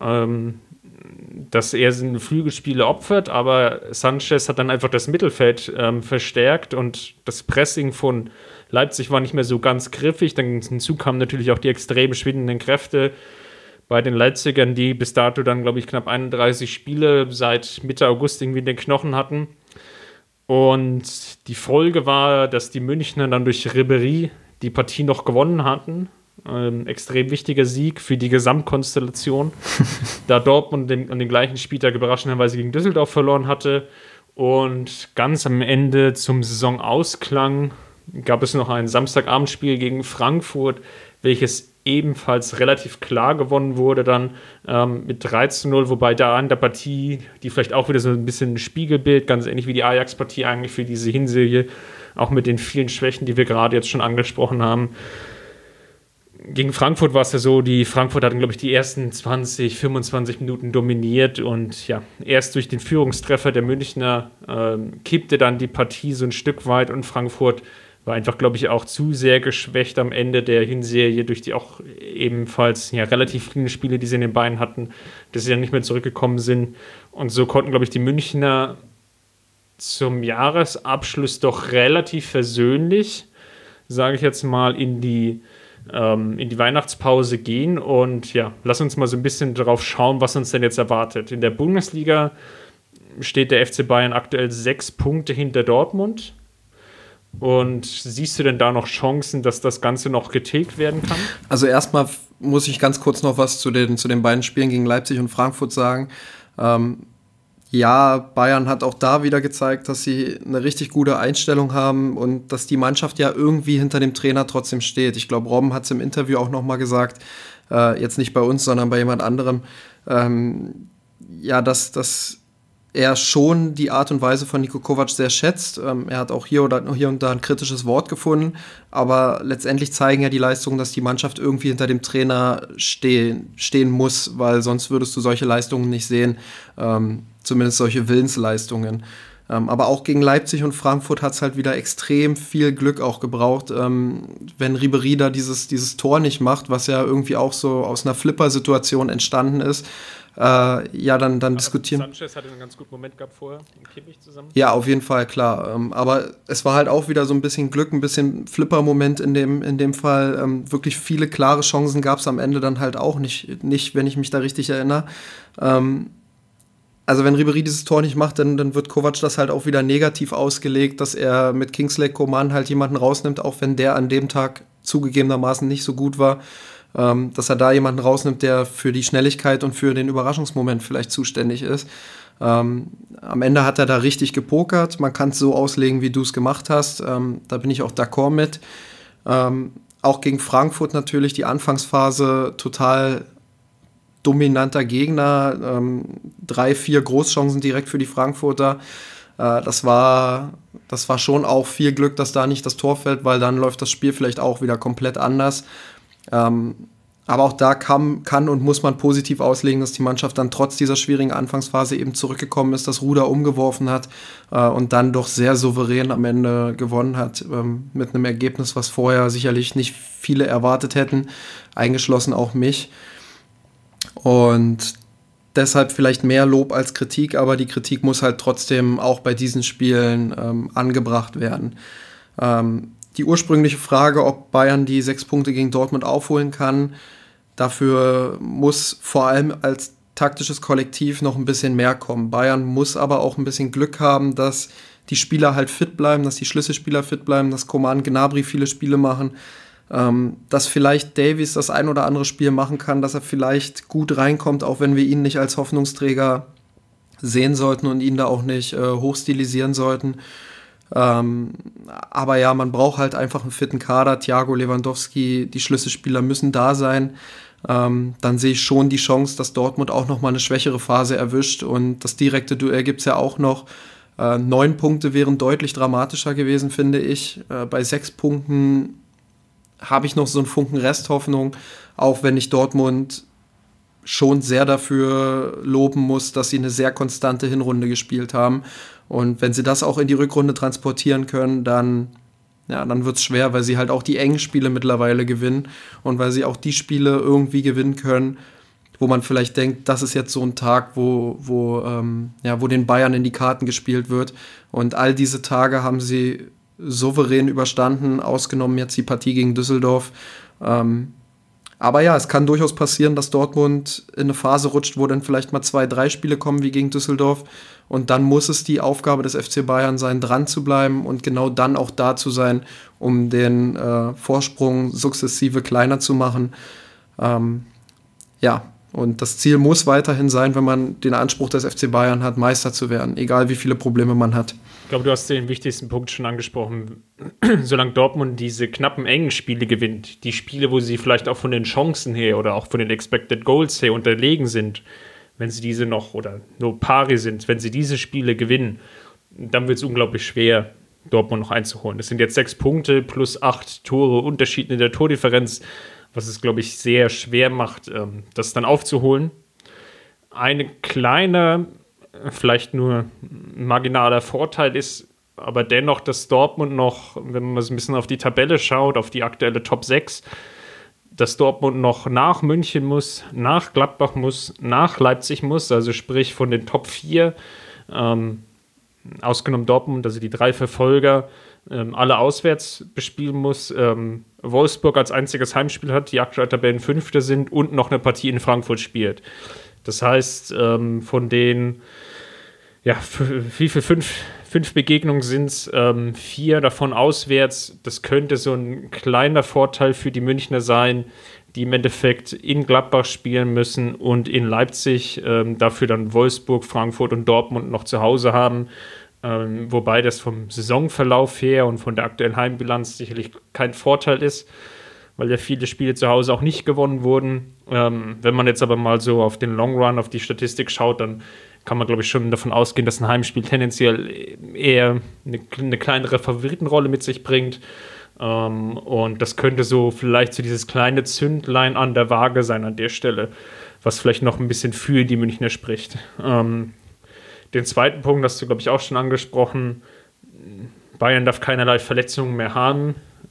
dass er seine Flügelspiele opfert, aber Sanchez hat dann einfach das Mittelfeld verstärkt und das Pressing von Leipzig war nicht mehr so ganz griffig. Dann hinzu kamen natürlich auch die extrem schwindenden Kräfte bei den Leipzigern, die bis dato dann, glaube ich, knapp 31 Spiele seit Mitte August irgendwie in den Knochen hatten. Und die Folge war, dass die Münchner dann durch Ribéry die Partie noch gewonnen hatten. Extrem wichtiger Sieg für die Gesamtkonstellation, da Dortmund an dem gleichen Spieltag überraschenderweise gegen Düsseldorf verloren hatte. Und ganz am Ende zum Saisonausklang gab es noch ein Samstagabendspiel gegen Frankfurt, welches ebenfalls relativ klar gewonnen wurde dann mit 3-0, wobei da an der Partie, die vielleicht auch wieder so ein bisschen ein Spiegelbild, ganz ähnlich wie die Ajax-Partie eigentlich für diese Hinserie, auch mit den vielen Schwächen, die wir gerade jetzt schon angesprochen haben. Gegen Frankfurt war es ja so, die Frankfurt hatten, glaube ich, die ersten 20, 25 Minuten dominiert und ja, erst durch den Führungstreffer der Münchner kippte dann die Partie so ein Stück weit und Frankfurt war einfach, glaube ich, auch zu sehr geschwächt am Ende der Hinserie durch die auch ebenfalls relativ vielen Spiele, die sie in den Beinen hatten, dass sie dann nicht mehr zurückgekommen sind. Und so konnten, glaube ich, die Münchner zum Jahresabschluss doch relativ versöhnlich, sage ich jetzt mal, in die Weihnachtspause gehen und ja, lass uns mal so ein bisschen darauf schauen, was uns denn jetzt erwartet. In der Bundesliga steht der FC Bayern aktuell 6 Punkte hinter Dortmund. Und siehst du denn da noch Chancen, dass das Ganze noch getilgt werden kann? Also erstmal muss ich ganz kurz noch was zu den beiden Spielen gegen Leipzig und Frankfurt sagen. Bayern hat auch da wieder gezeigt, dass sie eine richtig gute Einstellung haben und dass die Mannschaft ja irgendwie hinter dem Trainer trotzdem steht. Ich glaube, Robben hat es im Interview auch nochmal gesagt, jetzt nicht bei uns, sondern bei jemand anderem, dass er schon die Art und Weise von Niko Kovac sehr schätzt. Er hat auch hier und da ein kritisches Wort gefunden, aber letztendlich zeigen ja die Leistungen, dass die Mannschaft irgendwie hinter dem Trainer stehen muss, weil sonst würdest du solche Leistungen nicht sehen, zumindest solche Willensleistungen. Aber auch gegen Leipzig und Frankfurt hat es halt wieder extrem viel Glück auch gebraucht. Wenn Ribéry da dieses Tor nicht macht, was ja irgendwie auch so aus einer Flipper-Situation entstanden ist, dann diskutieren. Sanchez hatte einen ganz guten Moment gehabt vorher, mit Kimmich zusammen. Ja, auf jeden Fall, klar. Aber es war halt auch wieder so ein bisschen Glück, ein bisschen Flipper-Moment in dem Fall. Wirklich viele klare Chancen gab es am Ende dann halt auch nicht, wenn ich mich da richtig erinnere. Also wenn Ribéry dieses Tor nicht macht, dann wird Kovac das halt auch wieder negativ ausgelegt, dass er mit Kingsley Coman halt jemanden rausnimmt, auch wenn der an dem Tag zugegebenermaßen nicht so gut war. Dass er da jemanden rausnimmt, der für die Schnelligkeit und für den Überraschungsmoment vielleicht zuständig ist. Am Ende hat er da richtig gepokert. Man kann es so auslegen, wie du es gemacht hast. Da bin ich auch d'accord mit. Auch gegen Frankfurt natürlich die Anfangsphase total dominanter Gegner, 3-4 Großchancen direkt für die Frankfurter. Das war schon auch viel Glück, dass da nicht das Tor fällt, weil dann läuft das Spiel vielleicht auch wieder komplett anders. Aber auch da kann und muss man positiv auslegen, dass die Mannschaft dann trotz dieser schwierigen Anfangsphase eben zurückgekommen ist, das Ruder umgeworfen hat und dann doch sehr souverän am Ende gewonnen hat, mit einem Ergebnis, was vorher sicherlich nicht viele erwartet hätten, eingeschlossen auch mich. Und deshalb vielleicht mehr Lob als Kritik, aber die Kritik muss halt trotzdem auch bei diesen Spielen angebracht werden. Die ursprüngliche Frage, ob Bayern die 6 Punkte gegen Dortmund aufholen kann, dafür muss vor allem als taktisches Kollektiv noch ein bisschen mehr kommen. Bayern muss aber auch ein bisschen Glück haben, dass die Spieler halt fit bleiben, dass die Schlüsselspieler fit bleiben, dass Coman, Gnabry viele Spiele machen, dass vielleicht Davies das ein oder andere Spiel machen kann, dass er vielleicht gut reinkommt, auch wenn wir ihn nicht als Hoffnungsträger sehen sollten und ihn da auch nicht hochstilisieren sollten. Aber ja, man braucht halt einfach einen fitten Kader. Thiago, Lewandowski, die Schlüsselspieler müssen da sein. Dann sehe ich schon die Chance, dass Dortmund auch nochmal eine schwächere Phase erwischt. Und das direkte Duell gibt es ja auch noch. 9 Punkte wären deutlich dramatischer gewesen, finde ich. Bei 6 Punkten habe ich noch so einen Funken Resthoffnung, auch wenn ich Dortmund schon sehr dafür loben muss, dass sie eine sehr konstante Hinrunde gespielt haben. Und wenn sie das auch in die Rückrunde transportieren können, dann wird es schwer, weil sie halt auch die engen Spiele mittlerweile gewinnen und weil sie auch die Spiele irgendwie gewinnen können, wo man vielleicht denkt, das ist jetzt so ein Tag, wo den Bayern in die Karten gespielt wird. Und all diese Tage haben sie souverän überstanden, ausgenommen jetzt die Partie gegen Düsseldorf. Aber ja, es kann durchaus passieren, dass Dortmund in eine Phase rutscht, wo dann vielleicht mal 2-3 Spiele kommen wie gegen Düsseldorf. Und dann muss es die Aufgabe des FC Bayern sein, dran zu bleiben und genau dann auch da zu sein, um den Vorsprung sukzessive kleiner zu machen. Und das Ziel muss weiterhin sein, wenn man den Anspruch des FC Bayern hat, Meister zu werden, egal wie viele Probleme man hat. Ich glaube, du hast den wichtigsten Punkt schon angesprochen. Solange Dortmund diese knappen, engen Spiele gewinnt, die Spiele, wo sie vielleicht auch von den Chancen her oder auch von den Expected Goals her unterlegen sind, wenn sie diese noch oder nur pari sind, wenn sie diese Spiele gewinnen, dann wird es unglaublich schwer, Dortmund noch einzuholen. Es sind jetzt 6 Punkte plus 8 Tore Unterschied in der Tordifferenz, was es, glaube ich, sehr schwer macht, das dann aufzuholen. Eine kleine, vielleicht nur marginaler Vorteil ist aber dennoch, dass Dortmund noch, wenn man so ein bisschen auf die Tabelle schaut, auf die aktuelle Top 6, dass Dortmund noch nach München muss, nach Gladbach muss, nach Leipzig muss, also sprich von den Top 4, ausgenommen Dortmund, also die 3 Verfolger, alle auswärts bespielen muss. Wolfsburg als einziges Heimspiel hat, die aktuell Tabellenfünfte sind und noch eine Partie in Frankfurt spielt. Das heißt, von den, wie viel 5 Begegnungen sind es, 4 davon auswärts. Das könnte so ein kleiner Vorteil für die Münchner sein, die im Endeffekt in Gladbach spielen müssen und in Leipzig dafür dann Wolfsburg, Frankfurt und Dortmund noch zu Hause haben. Wobei das vom Saisonverlauf her und von der aktuellen Heimbilanz sicherlich kein Vorteil ist, weil ja viele Spiele zu Hause auch nicht gewonnen wurden. Wenn man jetzt aber mal so auf den Long Run, auf die Statistik schaut, dann kann man, glaube ich, schon davon ausgehen, dass ein Heimspiel tendenziell eher eine kleinere Favoritenrolle mit sich bringt. Und das könnte so vielleicht so dieses kleine Zündlein an der Waage sein an der Stelle, was vielleicht noch ein bisschen für die Münchner spricht. Den zweiten Punkt hast du, glaube ich, auch schon angesprochen. Bayern darf keinerlei Verletzungen mehr haben.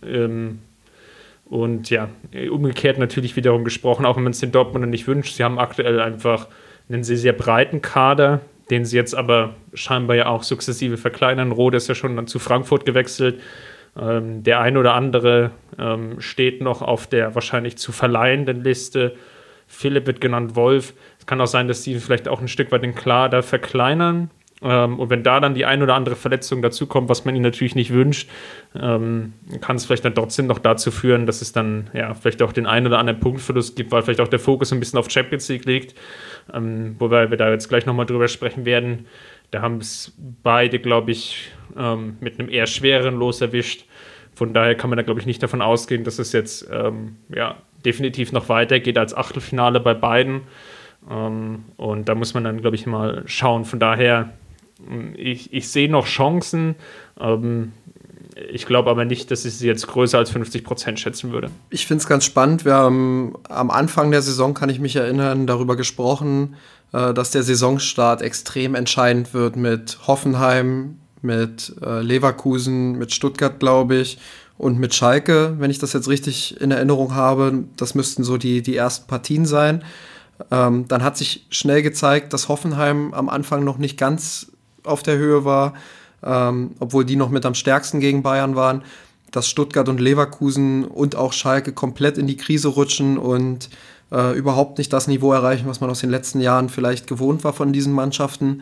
Und ja, umgekehrt natürlich wiederum gesprochen, auch wenn man es den Dortmundern nicht wünscht. Sie haben aktuell einfach einen sehr, sehr breiten Kader, den sie jetzt aber scheinbar ja auch sukzessive verkleinern. Rode ist ja schon dann zu Frankfurt gewechselt. Der ein oder andere steht noch auf der wahrscheinlich zu verleihenden Liste. Philipp wird genannt, Wolf. Es kann auch sein, dass sie vielleicht auch ein Stück weit den Kader verkleinern. Und wenn da dann die ein oder andere Verletzung dazukommt, was man ihnen natürlich nicht wünscht, kann es vielleicht dann trotzdem noch dazu führen, dass es dann vielleicht auch den einen oder anderen Punktverlust gibt, weil vielleicht auch der Fokus ein bisschen auf Champions League liegt. Wobei wir da jetzt gleich nochmal drüber sprechen werden. Da haben es beide, glaube ich, mit einem eher schwereren Los erwischt. Von daher kann man da, glaube ich, nicht davon ausgehen, dass es jetzt definitiv noch weitergeht als Achtelfinale bei beiden. Und da muss man dann, glaube ich, mal schauen. Von daher, ich sehe noch Chancen. Ich glaube aber nicht, dass ich sie jetzt größer als 50% schätzen würde. Ich finde es ganz spannend. Wir haben am Anfang der Saison, kann ich mich erinnern, darüber gesprochen, dass der Saisonstart extrem entscheidend wird mit Hoffenheim, mit Leverkusen, mit Stuttgart, glaube ich, und mit Schalke, wenn ich das jetzt richtig in Erinnerung habe. Das müssten so die ersten Partien sein. Dann hat sich schnell gezeigt, dass Hoffenheim am Anfang noch nicht ganz auf der Höhe war, obwohl die noch mit am stärksten gegen Bayern waren, dass Stuttgart und Leverkusen und auch Schalke komplett in die Krise rutschen und überhaupt nicht das Niveau erreichen, was man aus den letzten Jahren vielleicht gewohnt war von diesen Mannschaften.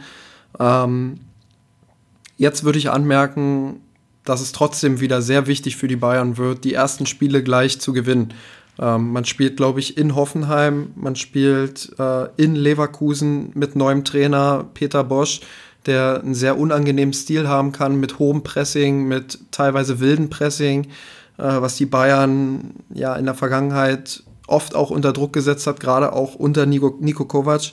Jetzt würde ich anmerken, dass es trotzdem wieder sehr wichtig für die Bayern wird, die ersten Spiele gleich zu gewinnen. Man spielt, glaube ich, in Hoffenheim, man spielt in Leverkusen mit neuem Trainer Peter Bosz, der einen sehr unangenehmen Stil haben kann, mit hohem Pressing, mit teilweise wilden Pressing, was die Bayern ja in der Vergangenheit oft auch unter Druck gesetzt hat, gerade auch unter Niko Kovac.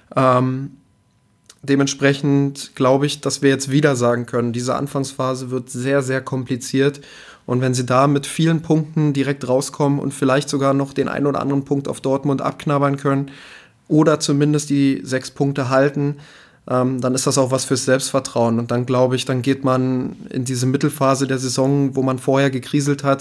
Dementsprechend glaube ich, dass wir jetzt wieder sagen können, diese Anfangsphase wird sehr, sehr kompliziert. Und wenn sie da mit vielen Punkten direkt rauskommen und vielleicht sogar noch den einen oder anderen Punkt auf Dortmund abknabbern können oder zumindest die 6 Punkte halten, dann ist das auch was fürs Selbstvertrauen. Und dann glaube ich, dann geht man in diese Mittelphase der Saison, wo man vorher gekriselt hat,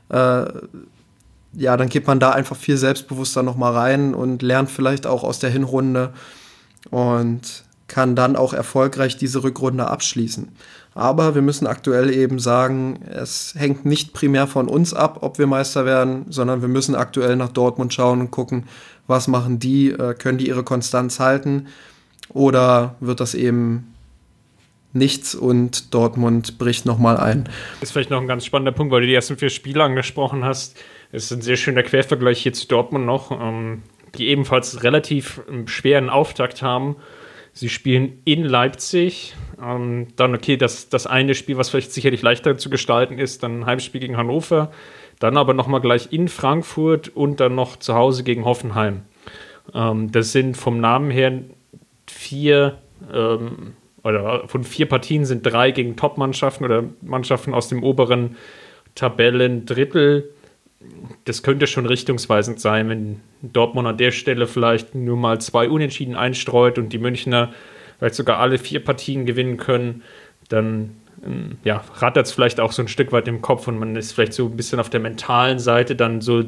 dann geht man da einfach viel selbstbewusster nochmal rein und lernt vielleicht auch aus der Hinrunde und kann dann auch erfolgreich diese Rückrunde abschließen. Aber wir müssen aktuell eben sagen, es hängt nicht primär von uns ab, ob wir Meister werden, sondern wir müssen aktuell nach Dortmund schauen und gucken, was machen die, können die ihre Konstanz halten oder wird das eben nichts und Dortmund bricht nochmal ein. Das ist vielleicht noch ein ganz spannender Punkt, weil du die ersten 4 Spiele angesprochen hast. Es ist ein sehr schöner Quervergleich hier zu Dortmund noch, die ebenfalls relativ schweren Auftakt haben. Sie spielen in Leipzig, dann okay, das eine Spiel, was vielleicht sicherlich leichter zu gestalten ist, dann ein Heimspiel gegen Hannover, dann aber nochmal gleich in Frankfurt und dann noch zu Hause gegen Hoffenheim. Das sind vom Namen her 4, oder von 4 Partien sind 3 gegen Top-Mannschaften oder Mannschaften aus dem oberen Tabellendrittel. Das könnte schon richtungsweisend sein, wenn Dortmund an der Stelle vielleicht nur mal 2 Unentschieden einstreut und die Münchner vielleicht sogar alle 4 Partien gewinnen können, dann rattert es vielleicht auch so ein Stück weit im Kopf und man ist vielleicht so ein bisschen auf der mentalen Seite dann so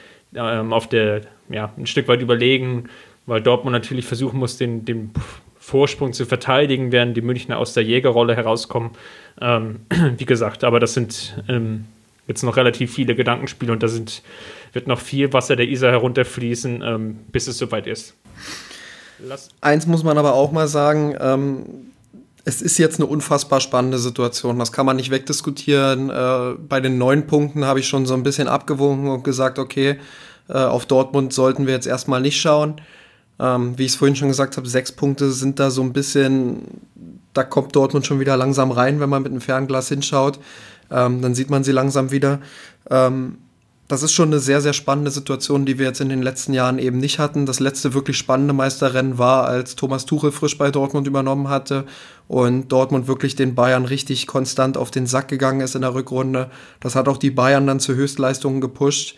ein Stück weit überlegen, weil Dortmund natürlich versuchen muss, den Vorsprung zu verteidigen, während die Münchner aus der Jägerrolle herauskommen. Wie gesagt, aber das sind jetzt noch relativ viele Gedankenspiele und wird noch viel Wasser der Isar herunterfließen, bis es soweit ist. Eins muss man aber auch mal sagen, es ist jetzt eine unfassbar spannende Situation, das kann man nicht wegdiskutieren. Bei den 9 Punkten habe ich schon so ein bisschen abgewogen und gesagt, okay, auf Dortmund sollten wir jetzt erstmal nicht schauen. Wie ich es vorhin schon gesagt habe, 6 Punkte sind da so ein bisschen, da kommt Dortmund schon wieder langsam rein, wenn man mit einem Fernglas hinschaut. Dann sieht man sie langsam wieder. Das ist schon eine sehr, sehr spannende Situation, die wir jetzt in den letzten Jahren eben nicht hatten. Das letzte wirklich spannende Meisterrennen war, als Thomas Tuchel frisch bei Dortmund übernommen hatte und Dortmund wirklich den Bayern richtig konstant auf den Sack gegangen ist in der Rückrunde. Das hat auch die Bayern dann zu Höchstleistungen gepusht.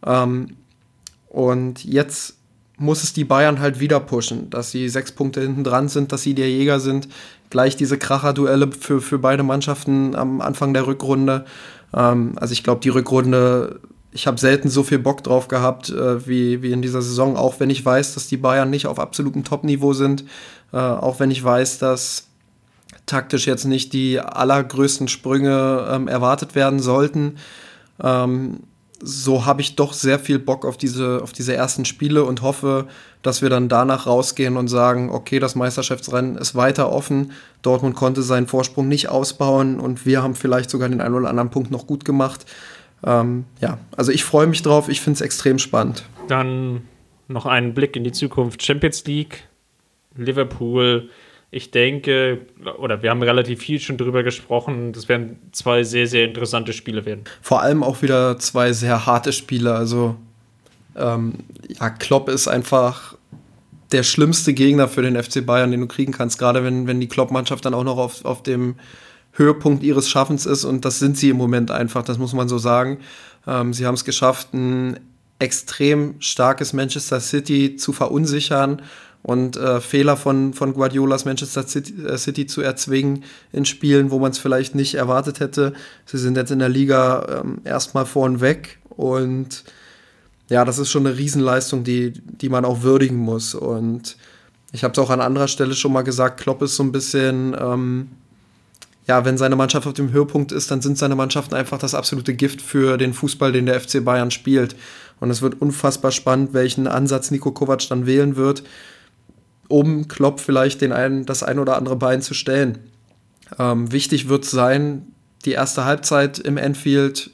Und jetzt muss es die Bayern halt wieder pushen, dass sie 6 Punkte hinten dran sind, dass sie der Jäger sind. Gleich diese Kracher-Duelle für beide Mannschaften am Anfang der Rückrunde. Also ich glaube, die Rückrunde, ich habe selten so viel Bock drauf gehabt wie in dieser Saison, auch wenn ich weiß, dass die Bayern nicht auf absolutem Top-Niveau sind, auch wenn ich weiß, dass taktisch jetzt nicht die allergrößten Sprünge erwartet werden sollten. So habe ich doch sehr viel Bock auf diese ersten Spiele und hoffe, dass wir dann danach rausgehen und sagen, okay, das Meisterschaftsrennen ist weiter offen, Dortmund konnte seinen Vorsprung nicht ausbauen und wir haben vielleicht sogar den einen oder anderen Punkt noch gut gemacht. Also ich freue mich drauf, ich finde es extrem spannend. Dann noch einen Blick in die Zukunft. Champions League, Liverpool. Ich denke, oder wir haben relativ viel schon drüber gesprochen, das werden 2 sehr, sehr interessante Spiele werden. Vor allem auch wieder 2 sehr harte Spiele. Also Klopp ist einfach der schlimmste Gegner für den FC Bayern, den du kriegen kannst, gerade wenn die Klopp-Mannschaft dann auch noch auf dem Höhepunkt ihres Schaffens ist, und das sind sie im Moment einfach, das muss man so sagen. Sie haben es geschafft, ein extrem starkes Manchester City zu verunsichern und Fehler von Guardiolas Manchester City zu erzwingen in Spielen, wo man es vielleicht nicht erwartet hätte. Sie sind jetzt in der Liga erstmal vorn weg, und ja, das ist schon eine Riesenleistung, die man auch würdigen muss. Und ich habe es auch an anderer Stelle schon mal gesagt, Klopp ist so ein bisschen, wenn seine Mannschaft auf dem Höhepunkt ist, dann sind seine Mannschaften einfach das absolute Gift für den Fußball, den der FC Bayern spielt. Und es wird unfassbar spannend, welchen Ansatz Niko Kovac dann wählen wird, um Klopp vielleicht das ein oder andere Bein zu stellen. Wichtig wird es sein, die erste Halbzeit in Anfield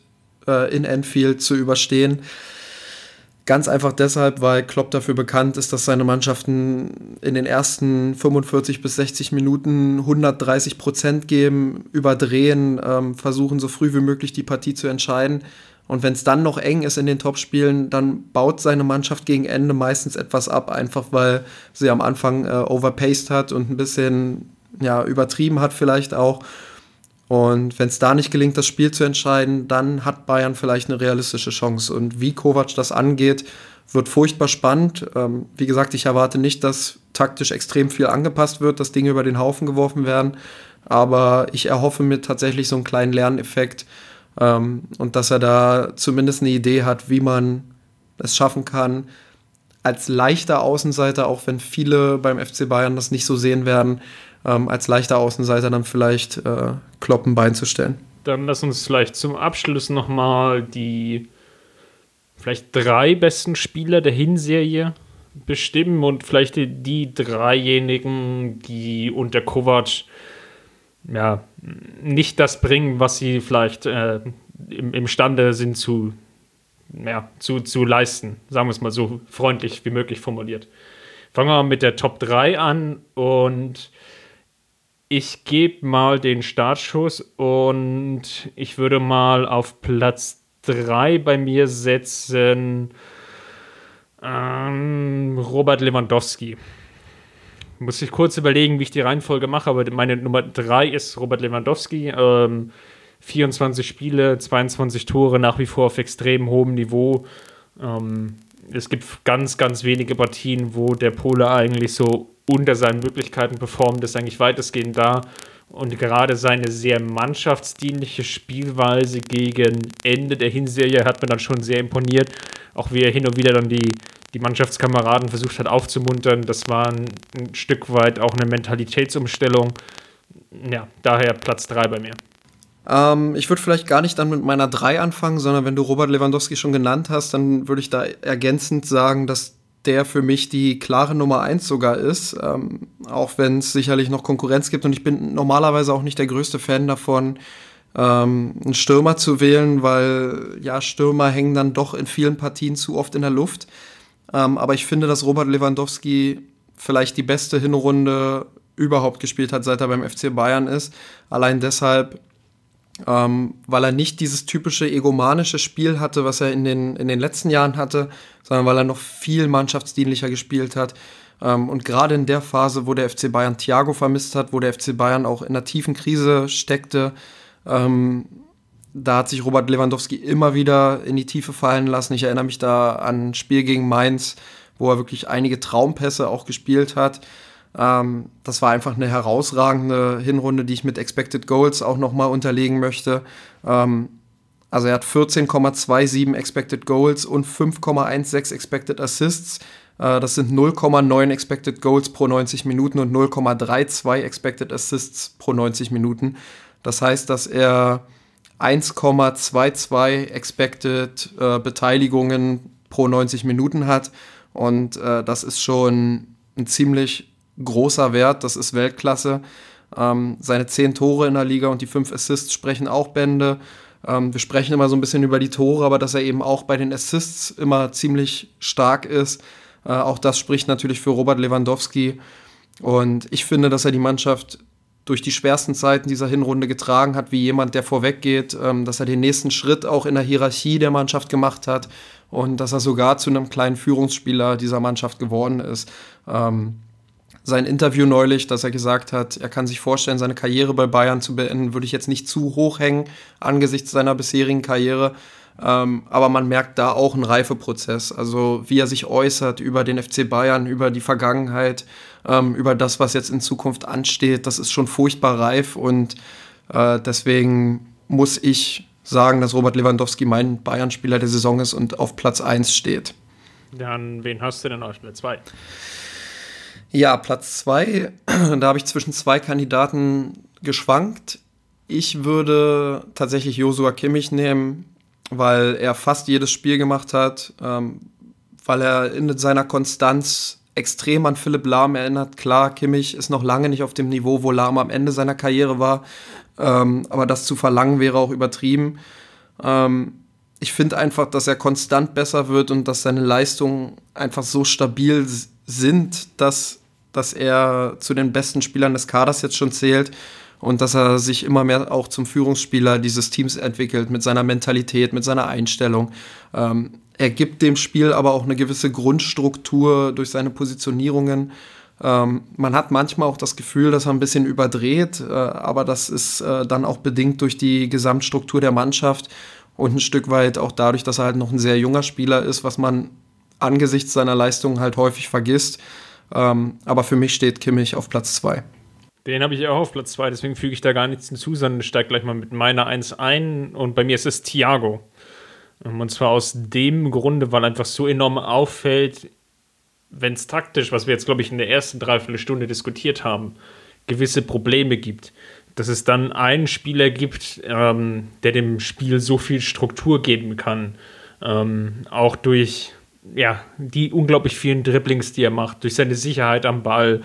zu überstehen. Ganz einfach deshalb, weil Klopp dafür bekannt ist, dass seine Mannschaften in den ersten 45 bis 60 Minuten 130% geben, überdrehen, versuchen so früh wie möglich die Partie zu entscheiden. Und wenn es dann noch eng ist in den Topspielen, dann baut seine Mannschaft gegen Ende meistens etwas ab, einfach weil sie am Anfang overpaced hat und ein bisschen übertrieben hat vielleicht auch. Und wenn es da nicht gelingt, das Spiel zu entscheiden, dann hat Bayern vielleicht eine realistische Chance. Und wie Kovac das angeht, wird furchtbar spannend. Wie gesagt, ich erwarte nicht, dass taktisch extrem viel angepasst wird, dass Dinge über den Haufen geworfen werden. Aber ich erhoffe mir tatsächlich so einen kleinen Lerneffekt, und dass er da zumindest eine Idee hat, wie man es schaffen kann, als leichter Außenseiter, auch wenn viele beim FC Bayern das nicht so sehen werden, als leichter Außenseiter dann vielleicht Klopp ein Bein zu stellen. Dann lass uns vielleicht zum Abschluss nochmal die vielleicht 3 besten Spieler der Hinserie bestimmen und vielleicht die 3-jenigen, die unter Kovac nicht das bringen, was sie vielleicht imstande sind zu leisten. Sagen wir es mal so freundlich wie möglich formuliert. Fangen wir mal mit der Top 3 an, und ich gebe mal den Startschuss, und ich würde mal auf Platz 3 bei mir setzen Robert Lewandowski. Muss ich kurz überlegen, wie ich die Reihenfolge mache, aber meine Nummer 3 ist Robert Lewandowski. 24 Spiele, 22 Tore, nach wie vor auf extrem hohem Niveau. Es gibt ganz, ganz wenige Partien, wo der Pole eigentlich so unter seinen Möglichkeiten performt, ist eigentlich weitestgehend da. Und gerade seine sehr mannschaftsdienliche Spielweise gegen Ende der Hinserie hat mir dann schon sehr imponiert. Auch wie er hin und wieder dann die Mannschaftskameraden versucht hat aufzumuntern. Das war ein Stück weit auch eine Mentalitätsumstellung. Ja, daher Platz 3 bei mir. Ich würde vielleicht gar nicht dann mit meiner 3 anfangen, sondern wenn du Robert Lewandowski schon genannt hast, dann würde ich da ergänzend sagen, dass der für mich die klare Nummer 1 sogar ist, auch wenn es sicherlich noch Konkurrenz gibt, und ich bin normalerweise auch nicht der größte Fan davon, einen Stürmer zu wählen, weil Stürmer hängen dann doch in vielen Partien zu oft in der Luft, aber ich finde, dass Robert Lewandowski vielleicht die beste Hinrunde überhaupt gespielt hat, seit er beim FC Bayern ist, allein deshalb, weil er nicht dieses typische egomanische Spiel hatte, was er in den letzten Jahren hatte, sondern weil er noch viel mannschaftsdienlicher gespielt hat. Und gerade in der Phase, wo der FC Bayern Thiago vermisst hat, wo der FC Bayern auch in einer tiefen Krise steckte, da hat sich Robert Lewandowski immer wieder in die Tiefe fallen lassen. Ich erinnere mich da an ein Spiel gegen Mainz, wo er wirklich einige Traumpässe auch gespielt hat. Das war einfach eine herausragende Hinrunde, die ich mit Expected Goals auch nochmal unterlegen möchte. Also er hat 14,27 Expected Goals und 5,16 Expected Assists. Das sind 0,9 Expected Goals pro 90 Minuten und 0,32 Expected Assists pro 90 Minuten. Das heißt, dass er 1,22 Expected Beteiligungen pro 90 Minuten hat. Und das ist schon ein ziemlich großer Wert, das ist Weltklasse. Seine 10 Tore in der Liga und die 5 Assists sprechen auch Bände. Wir sprechen immer so ein bisschen über die Tore, aber dass er eben auch bei den Assists immer ziemlich stark ist. Auch das spricht natürlich für Robert Lewandowski. Und ich finde, dass er die Mannschaft durch die schwersten Zeiten dieser Hinrunde getragen hat, wie jemand, der vorweg geht, dass er den nächsten Schritt auch in der Hierarchie der Mannschaft gemacht hat und dass er sogar zu einem kleinen Führungsspieler dieser Mannschaft geworden ist. Sein Interview neulich, dass er gesagt hat, er kann sich vorstellen, seine Karriere bei Bayern zu beenden, würde ich jetzt nicht zu hoch hängen angesichts seiner bisherigen Karriere. Aber man merkt da auch einen Reifeprozess. Also wie er sich äußert über den FC Bayern, über die Vergangenheit, über das, was jetzt in Zukunft ansteht, das ist schon furchtbar reif. Und deswegen muss ich sagen, dass Robert Lewandowski mein Bayern-Spieler der Saison ist und auf Platz 1 steht. Dann, wen hast du denn auf Platz 2? Ja, Platz 2, da habe ich zwischen 2 Kandidaten geschwankt. Ich würde tatsächlich Joshua Kimmich nehmen, weil er fast jedes Spiel gemacht hat, weil er in seiner Konstanz extrem an Philipp Lahm erinnert. Klar, Kimmich ist noch lange nicht auf dem Niveau, wo Lahm am Ende seiner Karriere war, aber das zu verlangen wäre auch übertrieben. Ich finde einfach, dass er konstant besser wird und dass seine Leistungen einfach so stabil sind, dass er zu den besten Spielern des Kaders jetzt schon zählt und dass er sich immer mehr auch zum Führungsspieler dieses Teams entwickelt, mit seiner Mentalität, mit seiner Einstellung. Er gibt dem Spiel aber auch eine gewisse Grundstruktur durch seine Positionierungen. Man hat manchmal auch das Gefühl, dass er ein bisschen überdreht, aber das ist dann auch bedingt durch die Gesamtstruktur der Mannschaft und ein Stück weit auch dadurch, dass er halt noch ein sehr junger Spieler ist, was man angesichts seiner Leistungen halt häufig vergisst. Aber für mich steht Kimmich auf Platz 2. Den habe ich auch auf Platz 2, deswegen füge ich da gar nichts hinzu, sondern steige gleich mal mit meiner 1 ein. Und bei mir ist es Thiago. Und zwar aus dem Grunde, weil einfach so enorm auffällt, wenn es taktisch, was wir jetzt, glaube ich, in der ersten Dreiviertelstunde diskutiert haben, gewisse Probleme gibt. Dass es dann einen Spieler gibt, der dem Spiel so viel Struktur geben kann. Auch durch die unglaublich vielen Dribblings, die er macht, durch seine Sicherheit am Ball,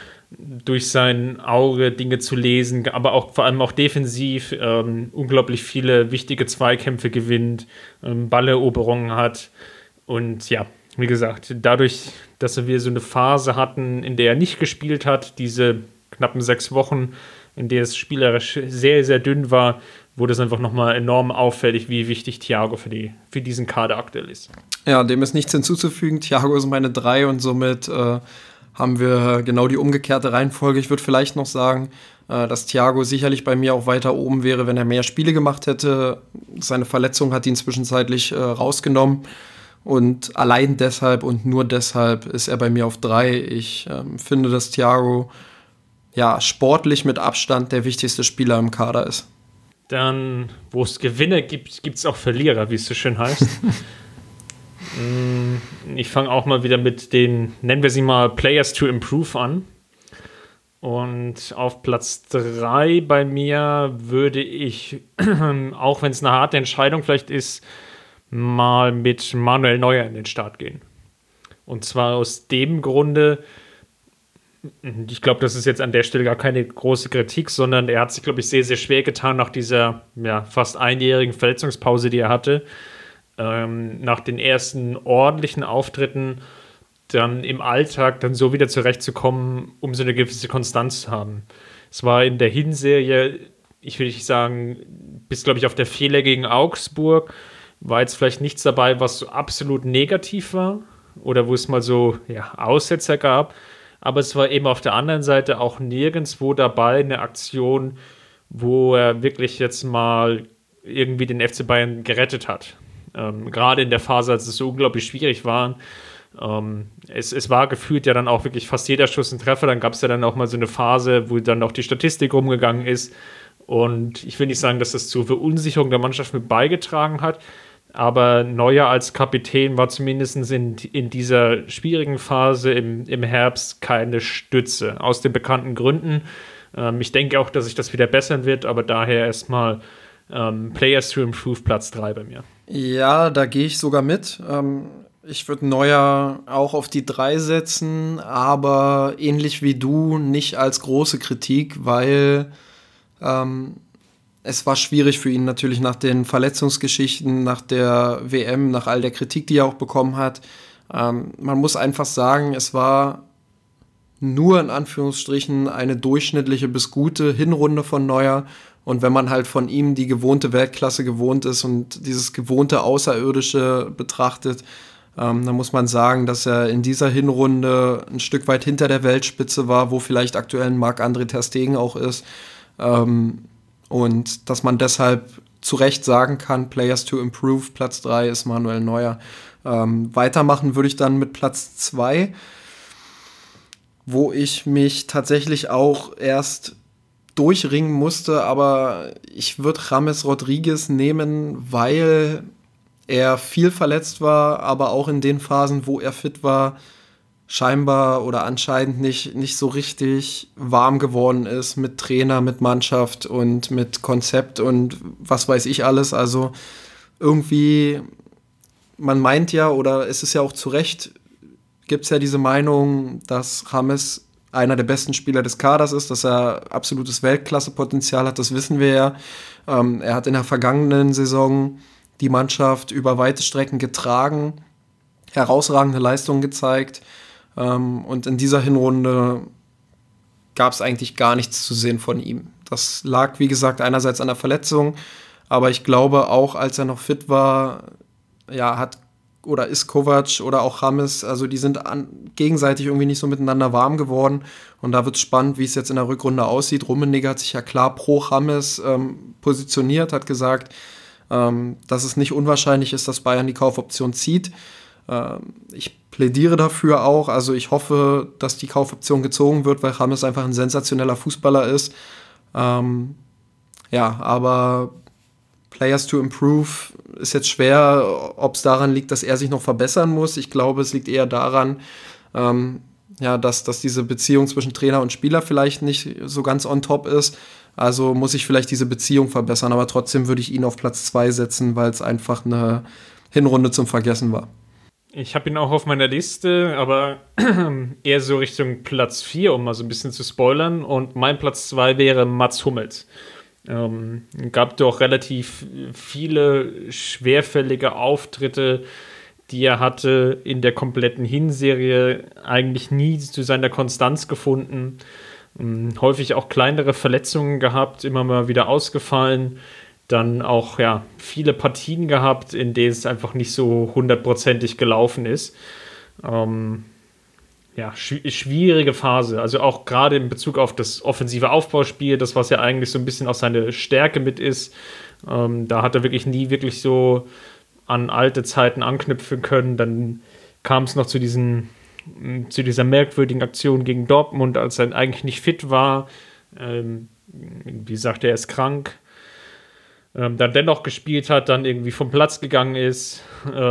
durch sein Auge Dinge zu lesen, aber auch vor allem auch defensiv unglaublich viele wichtige Zweikämpfe gewinnt, Balleroberungen hat und ja, wie gesagt, dadurch, dass wir so eine Phase hatten, in der er nicht gespielt hat, diese knappen 6 Wochen, in der es spielerisch sehr, sehr dünn war, wurde es einfach nochmal enorm auffällig, wie wichtig Thiago für diesen Kader aktuell ist. Ja, dem ist nichts hinzuzufügen. Thiago ist meine 3 und somit haben wir genau die umgekehrte Reihenfolge. Ich würde vielleicht noch sagen, dass Thiago sicherlich bei mir auch weiter oben wäre, wenn er mehr Spiele gemacht hätte. Seine Verletzung hat ihn zwischenzeitlich rausgenommen. Und allein deshalb und nur deshalb ist er bei mir auf 3. Ich finde, dass Thiago sportlich mit Abstand der wichtigste Spieler im Kader ist. Dann, wo es Gewinner gibt, gibt es auch Verlierer, wie es so schön heißt. Ich fange auch mal wieder mit den, nennen wir sie mal Players to Improve an. Und auf Platz 3 bei mir würde ich, auch wenn es eine harte Entscheidung vielleicht ist, mal mit Manuel Neuer in den Start gehen. Und zwar aus dem Grunde, ich glaube, das ist jetzt an der Stelle gar keine große Kritik, sondern er hat sich, glaube ich, sehr, sehr schwer getan nach dieser fast einjährigen Verletzungspause, die er hatte. Nach den ersten ordentlichen Auftritten dann im Alltag dann so wieder zurechtzukommen, um so eine gewisse Konstanz zu haben. Es war in der Hinserie, ich will nicht sagen, bis, glaube ich, auf der Fehler gegen Augsburg, war jetzt vielleicht nichts dabei, was so absolut negativ war oder wo es mal so Aussetzer gab. Aber es war eben auf der anderen Seite auch nirgendwo dabei eine Aktion, wo er wirklich jetzt mal irgendwie den FC Bayern gerettet hat. Gerade in der Phase, als es so unglaublich schwierig war. Es war gefühlt ja dann auch wirklich fast jeder Schuss ein Treffer. Dann gab es ja dann auch mal so eine Phase, wo dann auch die Statistik rumgegangen ist. Und ich will nicht sagen, dass das zur Verunsicherung der Mannschaft mit beigetragen hat. Aber Neuer als Kapitän war zumindest in dieser schwierigen Phase im Herbst keine Stütze. Aus den bekannten Gründen. Ich denke auch, dass sich das wieder bessern wird, aber daher erstmal Players to Improve Platz 3 bei mir. Ja, da gehe ich sogar mit. Ich würde Neuer auch auf die 3 setzen, aber ähnlich wie du nicht als große Kritik, weil es war schwierig für ihn natürlich nach den Verletzungsgeschichten, nach der WM, nach all der Kritik, die er auch bekommen hat. Man muss einfach sagen, es war nur in Anführungsstrichen eine durchschnittliche bis gute Hinrunde von Neuer Und wenn man halt von ihm die gewohnte Weltklasse gewohnt ist und dieses gewohnte Außerirdische betrachtet, dann muss man sagen, dass er in dieser Hinrunde ein Stück weit hinter der Weltspitze war, wo vielleicht aktuell ein Marc-André ter Stegen auch ist. Und dass man deshalb zu Recht sagen kann, Players to Improve, Platz 3 ist Manuel Neuer. Weitermachen würde ich dann mit Platz 2, wo ich mich tatsächlich auch erst durchringen musste, aber ich würde James Rodriguez nehmen, weil er viel verletzt war, aber auch in den Phasen, wo er fit war, scheinbar oder anscheinend nicht so richtig warm geworden ist mit Trainer, mit Mannschaft und mit Konzept und was weiß ich alles. Also irgendwie, man meint ja, oder es ist ja auch zu Recht, gibt es ja diese Meinung, dass James einer der besten Spieler des Kaders ist, dass er absolutes Weltklasse-Potenzial hat, das wissen wir ja. Er hat in der vergangenen Saison die Mannschaft über weite Strecken getragen, herausragende Leistungen gezeigt. Und in dieser Hinrunde gab es eigentlich gar nichts zu sehen von ihm. Das lag, wie gesagt, einerseits an der Verletzung, aber ich glaube auch, als er noch fit war, ja, ist Kovac oder auch James, also die sind gegenseitig irgendwie nicht so miteinander warm geworden. Und da wird es spannend, wie es jetzt in der Rückrunde aussieht. Rummenigge hat sich ja klar pro James positioniert, hat gesagt, dass es nicht unwahrscheinlich ist, dass Bayern die Kaufoption zieht. Ich plädiere dafür auch, also ich hoffe, dass die Kaufoption gezogen wird, weil James einfach ein sensationeller Fußballer ist. Aber Players to Improve ist jetzt schwer, ob es daran liegt, dass er sich noch verbessern muss. Ich glaube, es liegt eher daran, dass diese Beziehung zwischen Trainer und Spieler vielleicht nicht so ganz on top ist. Also muss ich vielleicht diese Beziehung verbessern, aber trotzdem würde ich ihn auf Platz 2 setzen, weil es einfach eine Hinrunde zum Vergessen war. Ich habe ihn auch auf meiner Liste, aber eher so Richtung Platz 4, um mal so ein bisschen zu spoilern. Und mein Platz 2 wäre Mats Hummels. Gab doch relativ viele schwerfällige Auftritte, die er hatte in der kompletten Hinserie, eigentlich nie zu seiner Konstanz gefunden. Häufig auch kleinere Verletzungen gehabt, immer mal wieder ausgefallen. Dann auch viele Partien gehabt, in denen es einfach nicht so hundertprozentig gelaufen ist. Schwierige Phase. Also auch gerade in Bezug auf das offensive Aufbauspiel, das, was ja eigentlich so ein bisschen auch seine Stärke mit ist. Da hat er wirklich nie wirklich so an alte Zeiten anknüpfen können. Dann kam es noch zu dieser merkwürdigen Aktion gegen Dortmund, als er eigentlich nicht fit war. Wie gesagt, er ist krank. Dann dennoch gespielt hat, dann irgendwie vom Platz gegangen ist.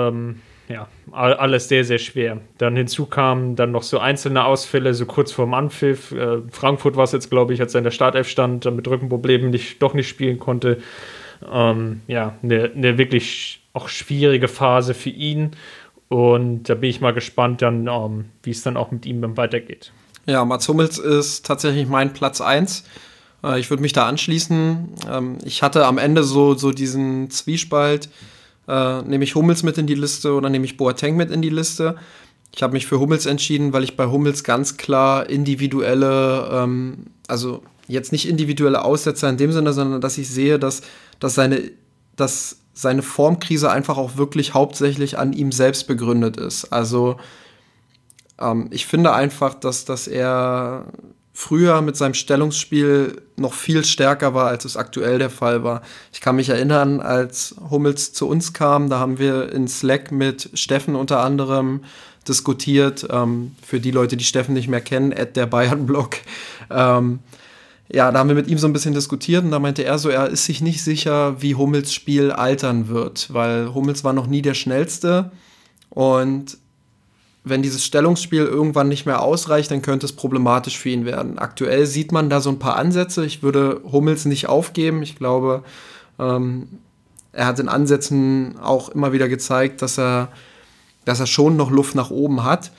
Alles sehr, sehr schwer. Dann hinzu kamen dann noch so einzelne Ausfälle, so kurz vorm Anpfiff. Frankfurt war es jetzt, glaube ich, als er in der Startelf stand, dann mit Rückenproblemen doch nicht spielen konnte. Eine wirklich auch schwierige Phase für ihn. Und da bin ich mal gespannt dann, wie es dann auch mit ihm dann weitergeht. Ja, Mats Hummels ist tatsächlich mein Platz 1. Ich würde mich da anschließen. Ich hatte am Ende so diesen Zwiespalt, nehme ich Hummels mit in die Liste oder nehme ich Boateng mit in die Liste. Ich habe mich für Hummels entschieden, weil ich bei Hummels ganz klar individuelle, also jetzt nicht individuelle Aussetzer in dem Sinne, sondern dass ich sehe, dass seine Formkrise einfach auch wirklich hauptsächlich an ihm selbst begründet ist. Also ich finde einfach, dass er früher mit seinem Stellungsspiel noch viel stärker war, als es aktuell der Fall war. Ich kann mich erinnern, als Hummels zu uns kam, da haben wir in Slack mit Steffen unter anderem diskutiert, für die Leute, die Steffen nicht mehr kennen, @der-Bayern-Blog. Da haben wir mit ihm so ein bisschen diskutiert und da meinte er so, er ist sich nicht sicher, wie Hummels Spiel altern wird, weil Hummels war noch nie der Schnellste und wenn dieses Stellungsspiel irgendwann nicht mehr ausreicht, dann könnte es problematisch für ihn werden. Aktuell sieht man da so ein paar Ansätze. Ich würde Hummels nicht aufgeben. Ich glaube, er hat in Ansätzen auch immer wieder gezeigt, dass er schon noch Luft nach oben hat.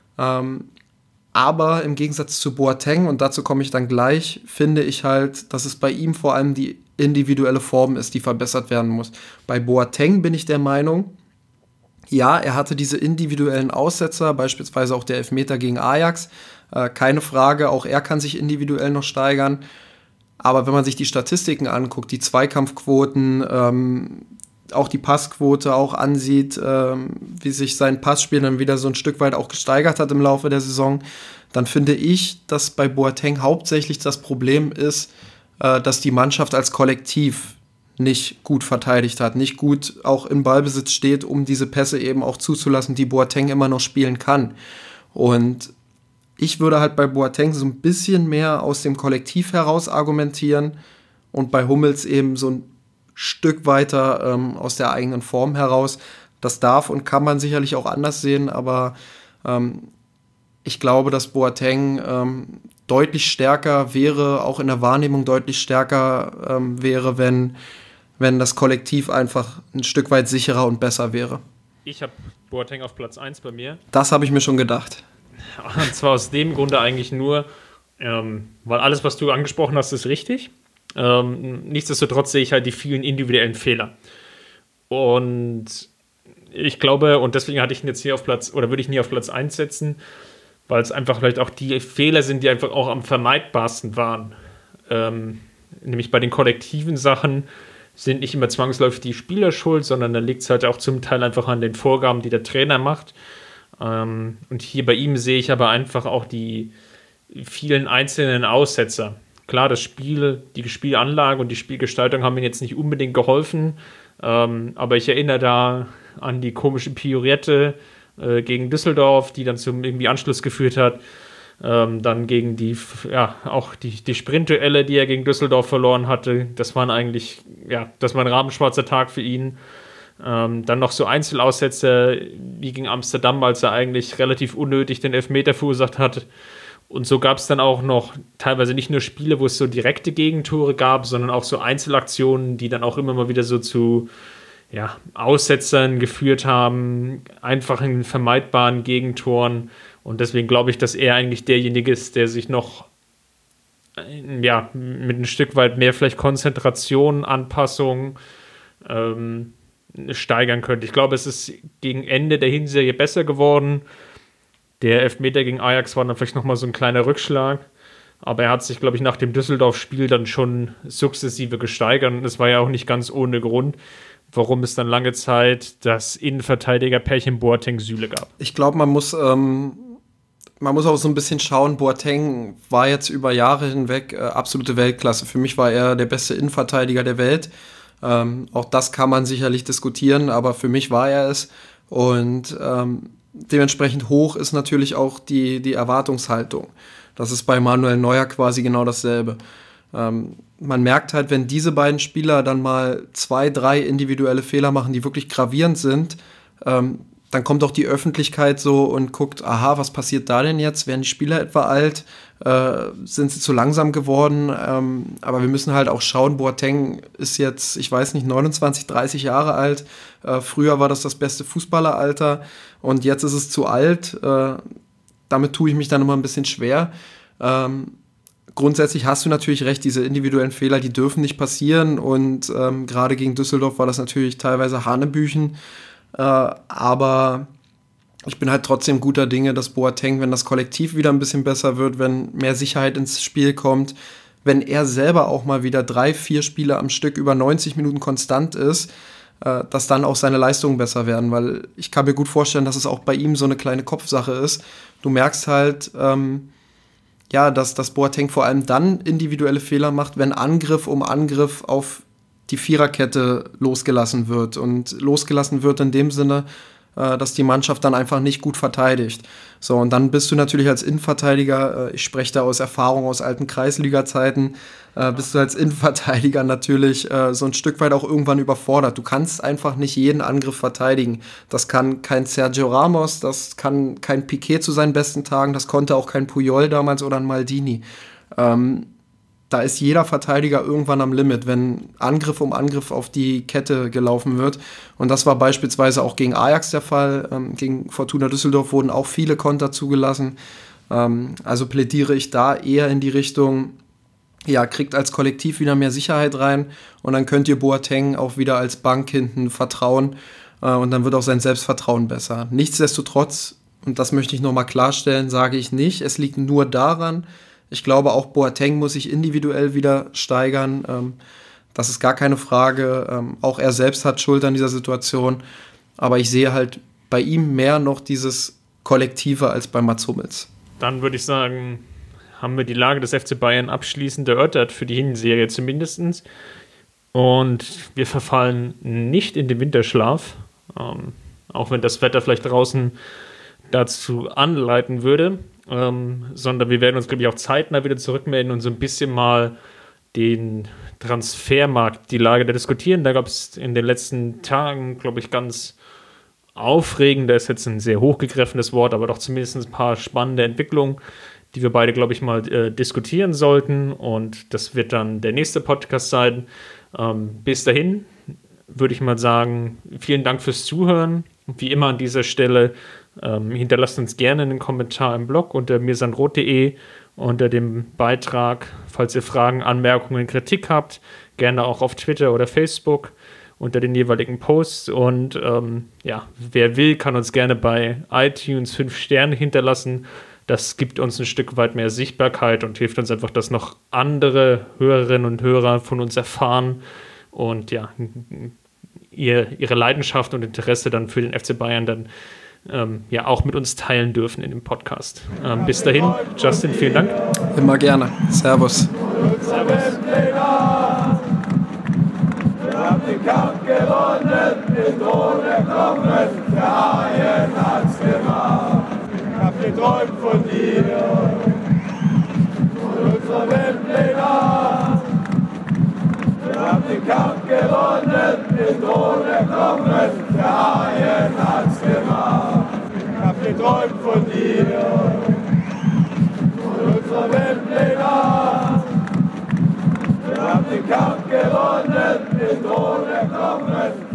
Aber im Gegensatz zu Boateng, und dazu komme ich dann gleich, finde ich halt, dass es bei ihm vor allem die individuelle Form ist, die verbessert werden muss. Bei Boateng bin ich der Meinung, ja, er hatte diese individuellen Aussetzer, beispielsweise auch der Elfmeter gegen Ajax. Keine Frage, auch er kann sich individuell noch steigern. Aber wenn man sich die Statistiken anguckt, die Zweikampfquoten, auch die Passquote auch ansieht, wie sich sein Passspiel dann wieder so ein Stück weit auch gesteigert hat im Laufe der Saison, dann finde ich, dass bei Boateng hauptsächlich das Problem ist, dass die Mannschaft als Kollektiv nicht gut verteidigt hat, nicht gut auch im Ballbesitz steht, um diese Pässe eben auch zuzulassen, die Boateng immer noch spielen kann. Und ich würde halt bei Boateng so ein bisschen mehr aus dem Kollektiv heraus argumentieren und bei Hummels eben so ein Stück weiter aus der eigenen Form heraus. Das darf und kann man sicherlich auch anders sehen, aber ich glaube, dass Boateng deutlich stärker wäre, auch in der Wahrnehmung deutlich stärker wäre, wenn das Kollektiv einfach ein Stück weit sicherer und besser wäre. Ich habe Boateng auf Platz 1 bei mir. Das habe ich mir schon gedacht. Und zwar aus dem Grunde eigentlich nur, weil alles, was du angesprochen hast, ist richtig. Nichtsdestotrotz sehe ich halt die vielen individuellen Fehler. Und ich glaube, und deswegen hatte ich ihn jetzt hier auf Platz, oder würde ich nie auf Platz 1 setzen, weil es einfach vielleicht auch die Fehler sind, die einfach auch am vermeidbarsten waren. Nämlich bei den kollektiven Sachen sind nicht immer zwangsläufig die Spieler schuld, sondern da liegt es halt auch zum Teil einfach an den Vorgaben, die der Trainer macht. Und hier bei ihm sehe ich aber einfach auch die vielen einzelnen Aussetzer. Klar, das Spiel, die Spielanlage und die Spielgestaltung haben mir jetzt nicht unbedingt geholfen, aber ich erinnere da an die komische Pirouette gegen Düsseldorf, die dann zum irgendwie Anschluss geführt hat. Dann gegen auch die Sprintduelle, die er gegen Düsseldorf verloren hatte. Das war ein rabenschwarzer Tag für ihn. Dann noch so Einzelaussetzer wie gegen Amsterdam, als er eigentlich relativ unnötig den Elfmeter verursacht hat. Und so gab es dann auch noch teilweise nicht nur Spiele, wo es so direkte Gegentore gab, sondern auch so Einzelaktionen, die dann auch immer mal wieder so zu Aussetzern geführt haben, einfachen, vermeidbaren Gegentoren. Und deswegen glaube ich, dass er eigentlich derjenige ist, der sich noch mit ein Stück weit mehr vielleicht Konzentration, Anpassung steigern könnte. Ich glaube, es ist gegen Ende der Hinserie besser geworden. Der Elfmeter gegen Ajax war dann vielleicht nochmal so ein kleiner Rückschlag. Aber er hat sich, glaube ich, nach dem Düsseldorf-Spiel dann schon sukzessive gesteigert. Und es war ja auch nicht ganz ohne Grund, warum es dann lange Zeit das Innenverteidiger-Pärchen Boateng-Süle gab. Ich glaube, man muss auch so ein bisschen schauen, Boateng war jetzt über Jahre hinweg absolute Weltklasse. Für mich war er der beste Innenverteidiger der Welt. Auch das kann man sicherlich diskutieren, aber für mich war er es. Und dementsprechend hoch ist natürlich auch die Erwartungshaltung. Das ist bei Manuel Neuer quasi genau dasselbe. Man merkt halt, wenn diese beiden Spieler dann mal 2, 3 individuelle Fehler machen, die wirklich gravierend sind, dann kommt auch die Öffentlichkeit so und guckt, aha, was passiert da denn jetzt? Werden die Spieler etwa alt? Sind sie zu langsam geworden? Aber wir müssen halt auch schauen, Boateng ist jetzt, ich weiß nicht, 29, 30 Jahre alt. Früher war das beste Fußballeralter und jetzt ist es zu alt. Damit tue ich mich dann immer ein bisschen schwer. Grundsätzlich hast du natürlich recht, diese individuellen Fehler, die dürfen nicht passieren und gerade gegen Düsseldorf war das natürlich teilweise Hanebüchen. Aber ich bin halt trotzdem guter Dinge, dass Boateng, wenn das Kollektiv wieder ein bisschen besser wird, wenn mehr Sicherheit ins Spiel kommt, wenn er selber auch mal wieder 3, 4 Spiele am Stück über 90 Minuten konstant ist, dass dann auch seine Leistungen besser werden, weil ich kann mir gut vorstellen, dass es auch bei ihm so eine kleine Kopfsache ist. Du merkst halt, dass Boateng vor allem dann individuelle Fehler macht, wenn Angriff um Angriff auf die Viererkette losgelassen wird. Und losgelassen wird in dem Sinne, dass die Mannschaft dann einfach nicht gut verteidigt. So, und dann bist du natürlich als Innenverteidiger, ich spreche da aus Erfahrung aus alten Kreisliga-Zeiten, bist du als Innenverteidiger natürlich so ein Stück weit auch irgendwann überfordert. Du kannst einfach nicht jeden Angriff verteidigen. Das kann kein Sergio Ramos, das kann kein Piqué zu seinen besten Tagen, das konnte auch kein Puyol damals oder ein Maldini. Da ist jeder Verteidiger irgendwann am Limit, wenn Angriff um Angriff auf die Kette gelaufen wird. Und das war beispielsweise auch gegen Ajax der Fall. Gegen Fortuna Düsseldorf wurden auch viele Konter zugelassen. Also plädiere ich da eher in die Richtung, kriegt als Kollektiv wieder mehr Sicherheit rein und dann könnt ihr Boateng auch wieder als Bank hinten vertrauen und dann wird auch sein Selbstvertrauen besser. Nichtsdestotrotz, und das möchte ich nochmal klarstellen, sage ich nicht, es liegt nur daran, Ich glaube, auch Boateng muss sich individuell wieder steigern. Das ist gar keine Frage. Auch er selbst hat Schuld an dieser Situation. Aber ich sehe halt bei ihm mehr noch dieses Kollektive als bei Mats Hummels. Dann würde ich sagen, haben wir die Lage des FC Bayern abschließend erörtert, für die Hinserie zumindest. Und wir verfallen nicht in den Winterschlaf, auch wenn das Wetter vielleicht draußen dazu anleiten würde, sondern wir werden uns, glaube ich, auch zeitnah wieder zurückmelden und so ein bisschen mal den Transfermarkt, die Lage da diskutieren. Da gab es in den letzten Tagen, glaube ich, ganz aufregend, das ist jetzt ein sehr hochgegriffenes Wort, aber doch zumindest ein paar spannende Entwicklungen, die wir beide, glaube ich, mal diskutieren sollten. Und das wird dann der nächste Podcast sein. Bis dahin würde ich mal sagen, vielen Dank fürs Zuhören. Wie immer an dieser Stelle, hinterlasst uns gerne einen Kommentar im Blog unter mirsanroth.de unter dem Beitrag, falls ihr Fragen, Anmerkungen, Kritik habt, gerne auch auf Twitter oder Facebook unter den jeweiligen Posts. Und wer will, kann uns gerne bei iTunes 5 Sterne hinterlassen. Das gibt uns ein Stück weit mehr Sichtbarkeit und hilft uns einfach, dass noch andere Hörerinnen und Hörer von uns erfahren und ja, ihre Leidenschaft und Interesse dann für den FC Bayern dann auch mit uns teilen dürfen in dem Podcast. Bis dahin, Justin, vielen Dank. Immer gerne. Servus. Servus. Wir haben den Kampf gewonnen, den Thron erklommen, der Haien hat's gemacht. Ich hab geträumt von dir, von unserer Wembley-Nacht. Wir haben den Kampf gewonnen, den Thron erklommen, der Haien hat's gemacht. Ich hab geträumt von dir, von unserer Wembley-Nacht. Wir haben den Kampf gewonnen, den Thron erklommen.